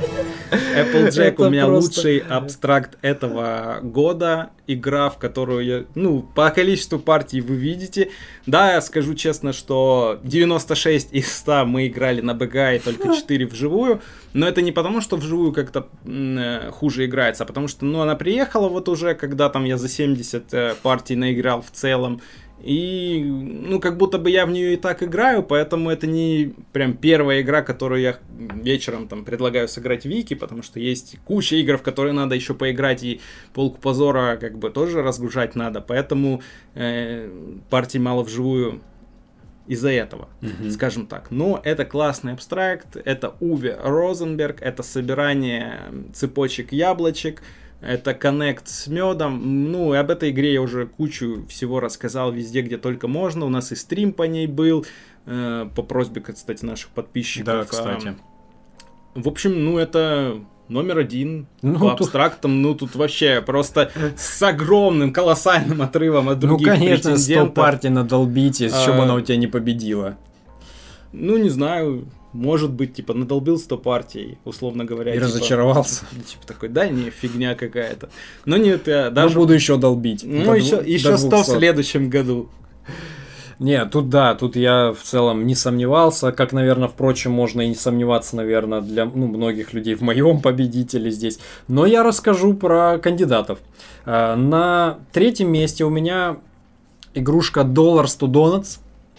Applejack у меня лучший абстракт этого года. Игра, в которую я... Ну, по количеству партий вы видите. Да, я скажу честно, что девяносто шесть из ста мы играли на бэ гэ а и только четыре вживую. Но это не потому, что вживую как-то м- хуже играется, а потому что, ну, она приехала вот уже, когда там я за семьдесят э, партий наиграл в целом. И, ну, как будто бы я в нее и так играю, поэтому это не прям первая игра, которую я вечером там предлагаю сыграть в Вики, потому что есть куча игр, в которые надо еще поиграть, и полку позора как бы тоже разгружать надо, поэтому э, партий мало вживую из-за этого, mm-hmm. скажем так. Но это классный абстракт, это Уве Розенберг, это собирание цепочек яблочек, это коннект с медом. Ну, об этой игре я уже кучу всего рассказал везде, где только можно. У нас и стрим по ней был, э, по просьбе, кстати, наших подписчиков. Да, кстати. А, в общем, ну, это номер один ну, по абстрактам. Тут... Ну, тут вообще просто с огромным, колоссальным отрывом от других претендентов. Ну, конечно, сто партий надолбите, а... чтобы она у тебя не победила. Ну, не знаю... Может быть, типа, надолбил сто партий, условно говоря. И типа, разочаровался. Типа такой, да, не, фигня какая-то. Но нет, я даже... Но буду еще долбить. Ну, еще, двух, еще сто в следующем году. Не, тут да, тут я в целом не сомневался, как, наверное, впрочем, можно и не сомневаться, наверное, для ну, многих людей в моем победителе здесь. Но я расскажу про кандидатов. На третьем месте у меня игрушка Dollars to Donuts.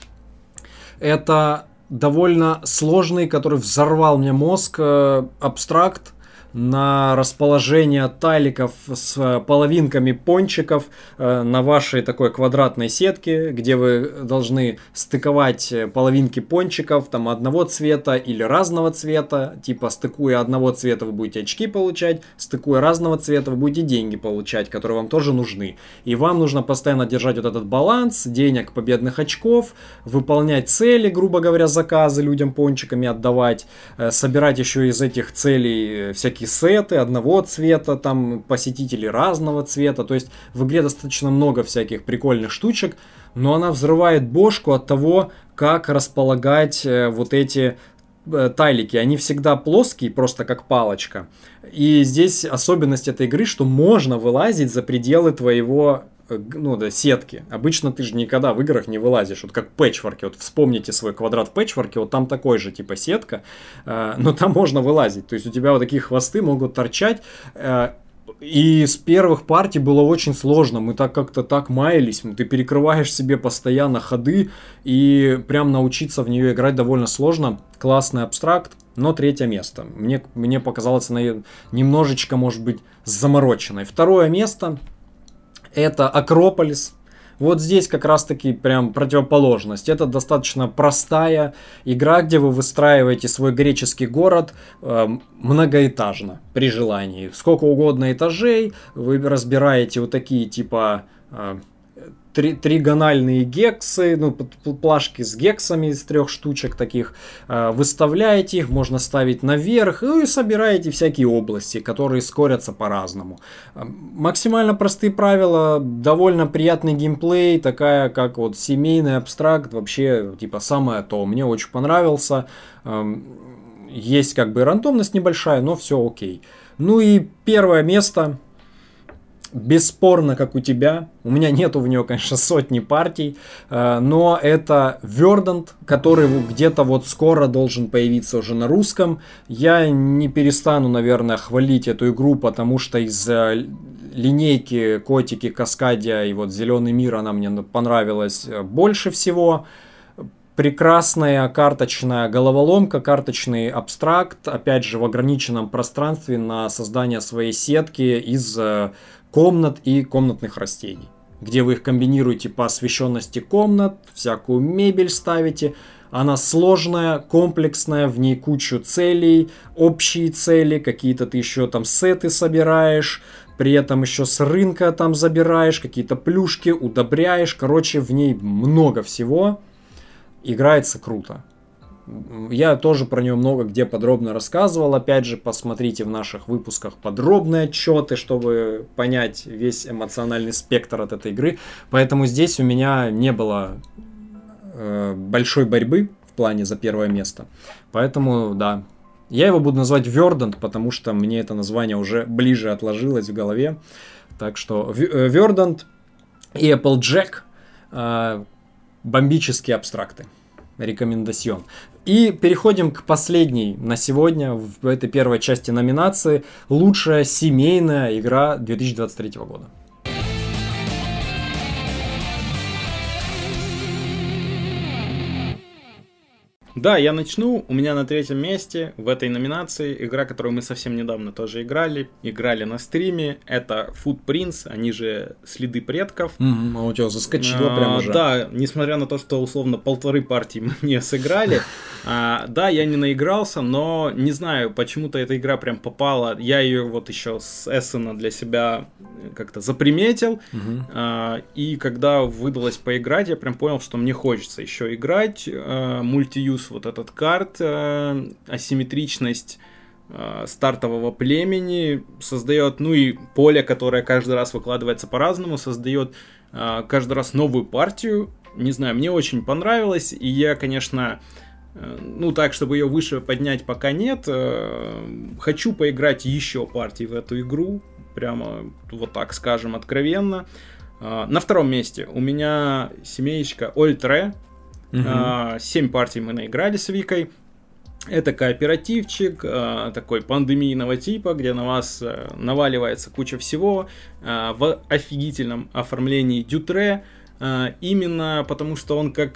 Это... довольно сложный, который взорвал мне мозг, э, абстракт на расположение тайликов с половинками пончиков э, на вашей такой квадратной сетке, где вы должны стыковать половинки пончиков там одного цвета или разного цвета. Типа стыкуя одного цвета вы будете очки получать, стыкуя разного цвета вы будете деньги получать, которые вам тоже нужны. И вам нужно постоянно держать вот этот баланс денег, победных очков, выполнять цели, грубо говоря, заказы людям пончиками отдавать, э, собирать еще из этих целей всякие сеты одного цвета, там посетители разного цвета. То есть в игре достаточно много всяких прикольных штучек, но она взрывает бошку от того, как располагать э, вот эти э, тайлики. Они всегда плоские, просто как палочка. И здесь особенность этой игры, что можно вылазить за пределы твоего ну да, сетки. Обычно ты же никогда в играх не вылазишь. Вот как в пэтчворке. Вот вспомните свой квадрат в пэтчворке. Вот там такой же типа сетка. Э, но там можно вылазить. То есть у тебя вот такие хвосты могут торчать. Э, и с первых партий было очень сложно. Мы так как-то так маялись. Ты перекрываешь себе постоянно ходы. И прям научиться в нее играть довольно сложно. Классный абстракт. Но третье место. Мне, мне показалось она немножечко, может быть, замороченной. Второе место... это Акрополис. Вот здесь как раз таки прям противоположность. Это достаточно простая игра, где вы выстраиваете свой греческий город э, многоэтажно при желании. Сколько угодно этажей, вы разбираете вот такие типа э, три, тригональные гексы, ну, плашки с гексами из трех штучек таких, э, выставляете их, можно ставить наверх, ну и собираете всякие области, которые скорятся по-разному. Э, максимально простые правила, довольно приятный геймплей, такая как вот семейный абстракт, вообще типа самое то, мне очень понравился. Э, есть как бы рандомность небольшая, но все окей. Ну и первое место. бесспорно, как у тебя. У меня нету в нее, конечно, сотни партий, но это Verdant, который где-то вот скоро должен появиться уже на русском. Я не перестану, наверное, хвалить эту игру, потому что из линейки Котики, Каскадия и вот Зеленый мир она мне понравилась больше всего. Прекрасная карточная головоломка, карточный абстракт, опять же в ограниченном пространстве на создание своей сетки из комнат и комнатных растений, где вы их комбинируете по освещенности комнат, всякую мебель ставите. Она сложная, комплексная, в ней кучу целей, общие цели, какие-то ты еще там сеты собираешь, при этом еще с рынка там забираешь, какие-то плюшки, удобряешь. Короче, в ней много всего. Играется круто. Я тоже про нее много где подробно рассказывал. Опять же, посмотрите в наших выпусках подробные отчеты, чтобы понять весь эмоциональный спектр от этой игры. Поэтому здесь у меня не было э, большой борьбы в плане за первое место. Поэтому, да, я его буду называть Verdant, потому что мне это название уже ближе отложилось в голове. Так что Verdant и Applejack э, бомбические абстракты. Рекомендацион. И переходим к последней на сегодня в этой первой части номинации. Лучшая семейная игра две тысячи двадцать третьего года. Да, я начну. У меня на третьем месте в этой номинации игра, которую мы совсем недавно тоже играли. Играли на стриме. Это Footprints, они же Следы предков. Mm-hmm, а у тебя заскочило а, прямо уже. Да, несмотря на то, что условно полторы партии мы не сыграли. а, да, я не наигрался, но не знаю, почему-то эта игра прям попала. Я ее вот еще с Эссена для себя как-то заприметил. Mm-hmm. а, и когда выдалось поиграть, я прям понял, что мне хочется еще играть. А, мультиюз вот этот карт, э, асимметричность э, стартового племени создает, ну и поле, которое каждый раз выкладывается по-разному, создает э, каждый раз новую партию. Не знаю, мне очень понравилось, и я, конечно, э, ну так, чтобы ее выше поднять, пока нет. Э, хочу поиграть еще партии в эту игру, прямо вот так скажем откровенно. Э, на втором месте у меня семеечка Ольтре. Uh-huh. Семь партий мы наиграли с Викой. Это кооперативчик такой пандемийного типа, где на вас наваливается куча всего в офигительном оформлении Дютре. Именно потому, что он как,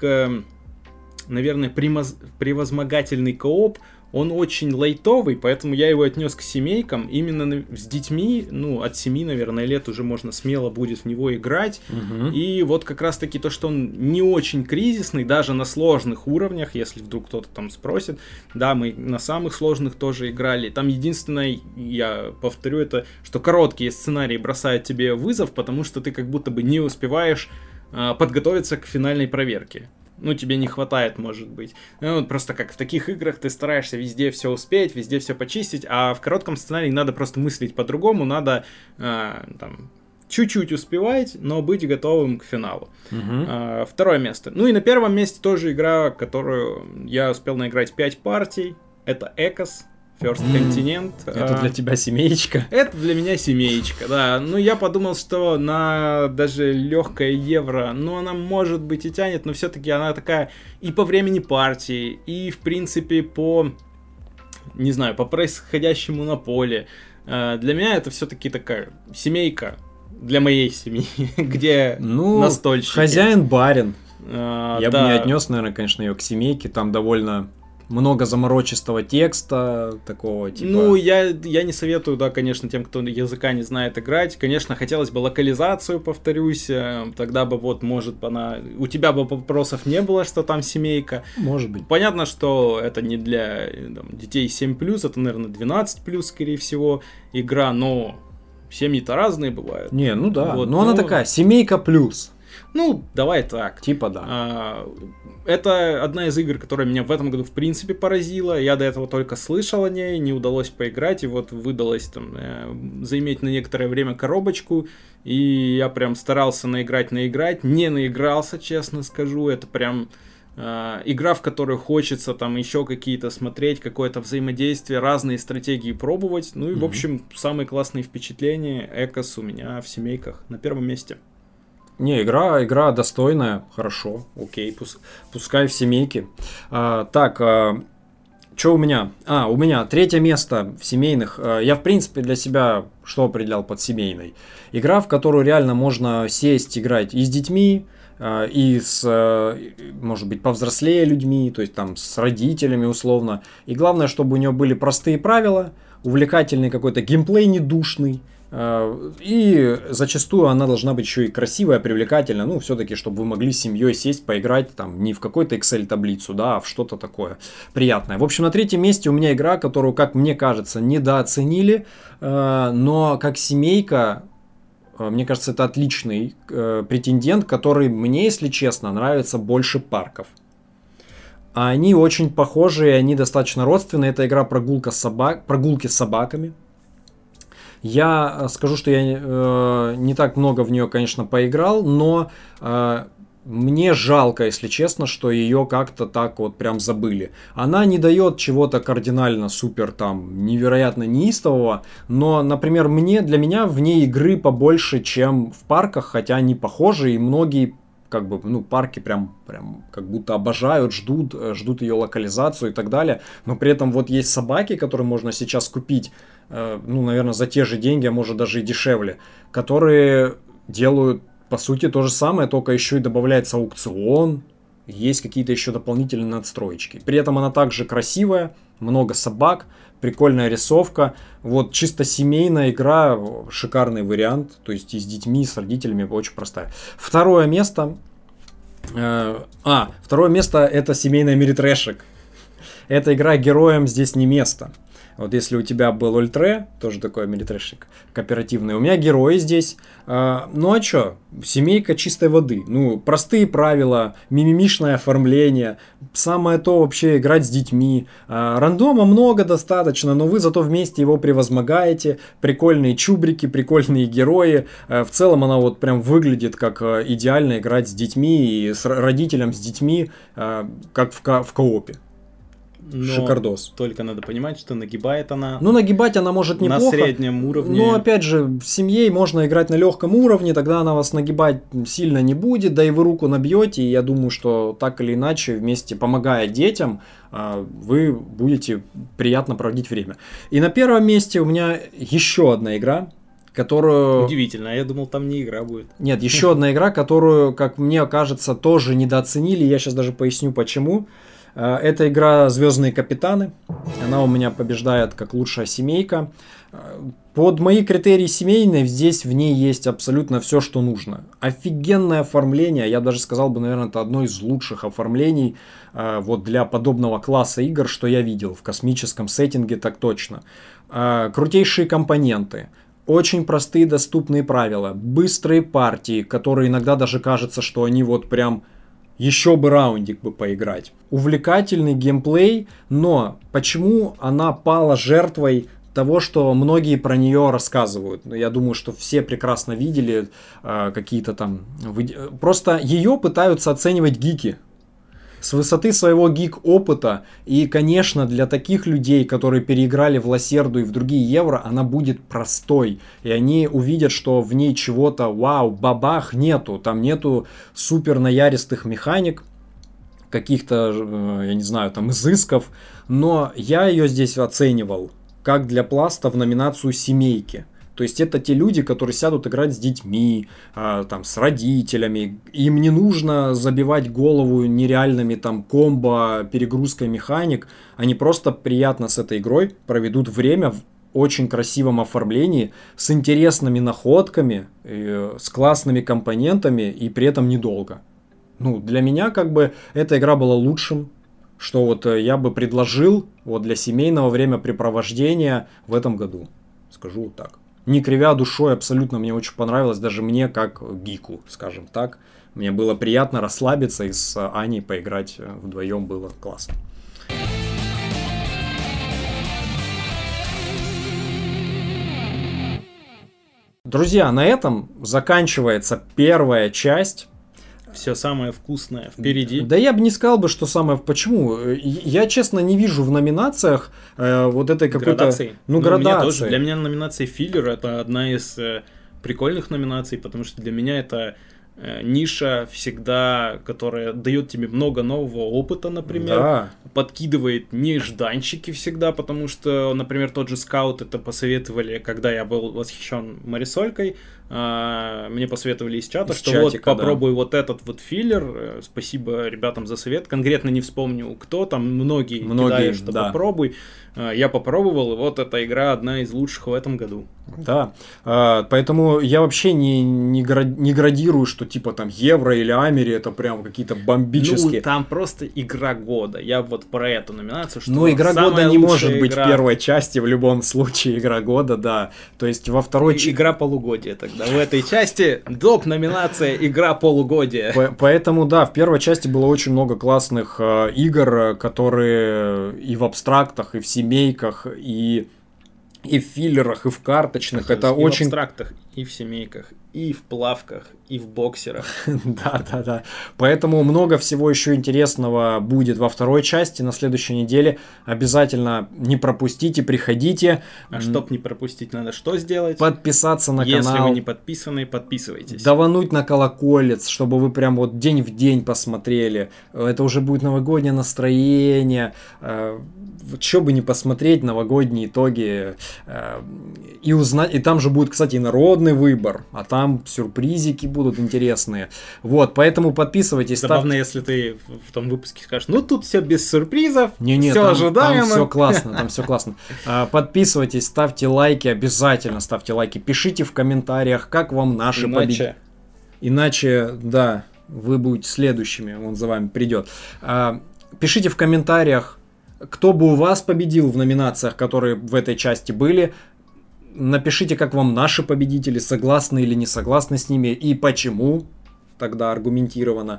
наверное, превозмогательный кооп. Он очень лайтовый, поэтому я его отнес к семейкам. Именно с детьми, ну, от семи, наверное, лет уже можно смело будет в него играть. Угу. И вот как раз-таки то, что он не очень кризисный, даже на сложных уровнях, если вдруг кто-то там спросит. Да, мы на самых сложных тоже играли. Там единственное, я повторю это, что короткие сценарии бросают тебе вызов, потому что ты как будто бы не успеваешь а, подготовиться к финальной проверке. Ну, тебе не хватает, может быть. Ну, просто как в таких играх ты стараешься везде все успеть, везде все почистить, а в коротком сценарии надо просто мыслить по-другому, надо э, там, чуть-чуть успевать, но быть готовым к финалу. Uh-huh. э, Второе место. Ну и на первом месте тоже игра, которую я успел наиграть пять партий. Это Экос. First Continent. Это для тебя семеечка? Это для меня семеечка, да. Ну, я подумал, что на даже легкое евро, ну, она может быть и тянет, но все-таки она такая и по времени партии, и, в принципе, по, не знаю, по происходящему на поле. Для меня это все-таки такая семейка для моей семьи, где ну, настольщики. Хозяин-барин. А, я да. бы не отнес, наверное, конечно, ее к семейке, там довольно... много заморочистого текста, такого типа... Ну, я, я не советую, да, конечно, тем, кто языка не знает играть. Конечно, хотелось бы локализацию, повторюсь, тогда бы вот, может, она... У тебя бы вопросов не было, что там семейка. Может быть. Понятно, что это не для там, детей семь плюс, это, наверное, двенадцать плюс, скорее всего, игра, но семьи-то разные бывают. Не, ну да, вот, но ну... она такая, семейка плюс. Ну, давай так. Типа да. А, это одна из игр, которая меня в этом году в принципе поразила. Я до этого только слышал о ней, не удалось поиграть, и вот выдалось там э, заиметь на некоторое время коробочку, и я прям старался наиграть, наиграть, не наигрался, честно скажу, это прям э, игра, в которой хочется там еще какие-то смотреть, какое-то взаимодействие, разные стратегии пробовать. Ну и, mm-hmm. в общем, самые классные впечатления Экос у меня в семейках на первом месте. Не, игра, игра достойная, хорошо, окей, пус, пускай в семейке. А, так, а, что у меня? А, у меня третье место в семейных. А, я, в принципе, для себя что определял под семейной? Игра, в которую реально можно сесть, играть и с детьми, и с, может быть, повзрослее людьми, то есть там с родителями условно. И главное, чтобы у нее были простые правила, увлекательный какой-то геймплей недушный. И зачастую она должна быть еще и красивая, привлекательная. Ну, все-таки, чтобы вы могли с семьей сесть, поиграть там не в какой-то Excel-таблицу, да, а в что-то такое приятное. В общем, на третьем месте у меня игра, которую, как мне кажется, недооценили, но как семейка... Мне кажется, это отличный э, претендент, который мне, если честно, нравится больше Парков. Они очень похожи, они достаточно родственные. Это игра прогулка собак, прогулки с собаками. Я скажу, что я э, не так много в нее, конечно, поиграл, но э, мне жалко, если честно, что ее как-то так вот прям забыли. Она не дает чего-то кардинально супер там невероятно неистового, но, например, мне, для меня в ней игры побольше, чем в Парках, хотя они похожи, и многие как бы, ну, парки прям, прям как будто обожают, ждут, ждут ее локализацию и так далее, но при этом вот есть собаки, которые можно сейчас купить, э, ну, наверное, за те же деньги, а может даже и дешевле, которые делают по сути то же самое, только еще и добавляется аукцион, есть какие-то еще дополнительные надстроечки. При этом она также красивая, много собак, прикольная рисовка. Вот чисто семейная игра, шикарный вариант, то есть и с детьми, и с родителями, очень простая. Второе место... Э, а, второе место это семейная Миритрэшик. Эта игра героям здесь не место. Вот если у тебя был Ультре, тоже такой милитрэшик кооперативный, у меня герои здесь. А, ну а чё? Семейка чистой воды. Ну, простые правила, мимимишное оформление. Самое то вообще играть с детьми. А, рандома много достаточно, но вы зато вместе его превозмогаете. Прикольные чубрики, прикольные герои. А, в целом она вот прям выглядит как идеально играть с детьми и с родителем с детьми, а, как в, ко- в коопе. Но шикардос. Только надо понимать, что нагибает она. Ну, нагибать она может неплохо. На среднем уровне. Но, опять же, с семьей можно играть на легком уровне, тогда она вас нагибать сильно не будет, да и вы руку набьете, и я думаю, что так или иначе, вместе помогая детям, вы будете приятно проводить время. И на первом месте у меня еще одна игра, которую... Удивительно, я думал, там не игра будет. Нет, еще одна игра, которую, как мне кажется, тоже недооценили, я сейчас даже поясню почему. Это игра «Звездные капитаны». Она у меня побеждает как лучшая семейка. Под мои критерии семейной здесь в ней есть абсолютно все, что нужно. Офигенное оформление. Я даже сказал бы, наверное, это одно из лучших оформлений вот для подобного класса игр, что я видел в космическом сеттинге, так точно. Крутейшие компоненты. Очень простые доступные правила. Быстрые партии, которые иногда даже кажется, что они вот прям... Еще бы раундик бы поиграть. Увлекательный геймплей, но почему она пала жертвой того, что многие про нее рассказывают? Я думаю, что все прекрасно видели э, какие-то там... Просто ее пытаются оценивать гики. С высоты своего гик-опыта. И, конечно, для таких людей, которые переиграли в Лосерду и в другие Евро, она будет простой. И они увидят, что в ней чего-то вау, бабах нету. Там нету супер наяристых механик, каких-то, я не знаю, там изысков. Но я ее здесь оценивал как для пласта в номинацию «Семейки». То есть это те люди, которые сядут играть с детьми, э, там, с родителями. Им не нужно забивать голову нереальными там комбо, перегрузкой механик. Они просто приятно с этой игрой проведут время в очень красивом оформлении, с интересными находками, э, с классными компонентами и при этом недолго. Ну, для меня как бы эта игра была лучшим, что вот я бы предложил вот для семейного времяпрепровождения в этом году. Скажу вот так. Не кривя душой, абсолютно мне очень понравилось, даже мне как гику, скажем так. Мне было приятно расслабиться и с Аней поиграть вдвоем, было классно. Друзья, на этом заканчивается первая часть. все самое вкусное впереди. Да я бы не сказал бы, что самое... Почему? Я, честно, не вижу в номинациях э, вот этой какой-то... Градации. Ну, Ну, градации. Мне тоже. Для меня номинация филлер это одна из э, прикольных номинаций, потому что для меня это э, ниша всегда, которая дает тебе много нового опыта, например. Да. Подкидывает нежданчики всегда, потому что, например, тот же скаут это посоветовали, когда я был восхищен Марисолькой. А, мне посоветовали из чата, из что чатика, вот попробуй да. вот этот вот филлер. Спасибо ребятам за совет. Конкретно не вспомню, кто там, многие, многие кидают, что да. попробуй. А, я попробовал, и вот эта игра одна из лучших в этом году. Да, а, поэтому я вообще не, не, град, не градирую, что типа там Евро или Амери это прям какие-то бомбические. Ну, там просто игра года. Я вот про эту номинацию, что ну, игра года не может быть игра... в первой части, в любом случае игра года, да. То есть во второй... И, игра полугодия тогда. В этой части доп. Номинация игра полугодия. По- поэтому, да, в первой части было очень много классных э, игр, которые и в абстрактах, и в семейках, и... И в филлерах, и в карточных. Это и очень... в абстрактах, и в семейках, и в плавках, и в боксерах. Да, да, да. Поэтому много всего еще интересного будет во второй части на следующей неделе. Обязательно не пропустите, приходите. А чтоб не пропустить, надо что сделать? Подписаться на Если канал. вы не подписаны, подписывайтесь. Давануть на колоколец, чтобы вы прям вот день в день посмотрели. Это уже будет новогоднее настроение. Что бы не посмотреть, новогодние итоги. И узнать. И там же будет, кстати, и народный выбор. А там сюрпризики будут интересные. Вот, поэтому подписывайтесь. Забавно, став... если ты в том выпуске скажешь, ну тут все без сюрпризов, не, не, все там, ожидаемо. Там все классно, там все классно. Подписывайтесь, ставьте лайки, обязательно ставьте лайки. Пишите в комментариях, как вам наши победители. Иначе, да, вы будете следующими, он за вами придет. Пишите в комментариях, кто бы у вас победил в номинациях, которые в этой части были. Напишите, как вам наши победители, согласны или не согласны с ними, и почему, тогда аргументированно.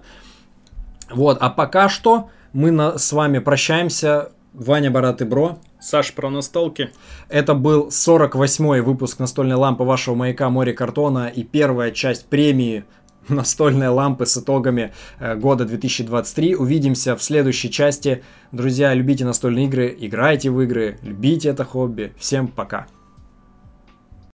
Вот, а пока что мы на, с вами прощаемся. Ваня, Барат и Бро. Саш, про настолки. Это был сорок восьмой выпуск настольной лампы вашего маяка «Море картона» и первая часть премии настольные лампы с итогами года две тысячи двадцать три. Увидимся в следующей части. Друзья, любите настольные игры, играйте в игры, любите это хобби. Всем пока.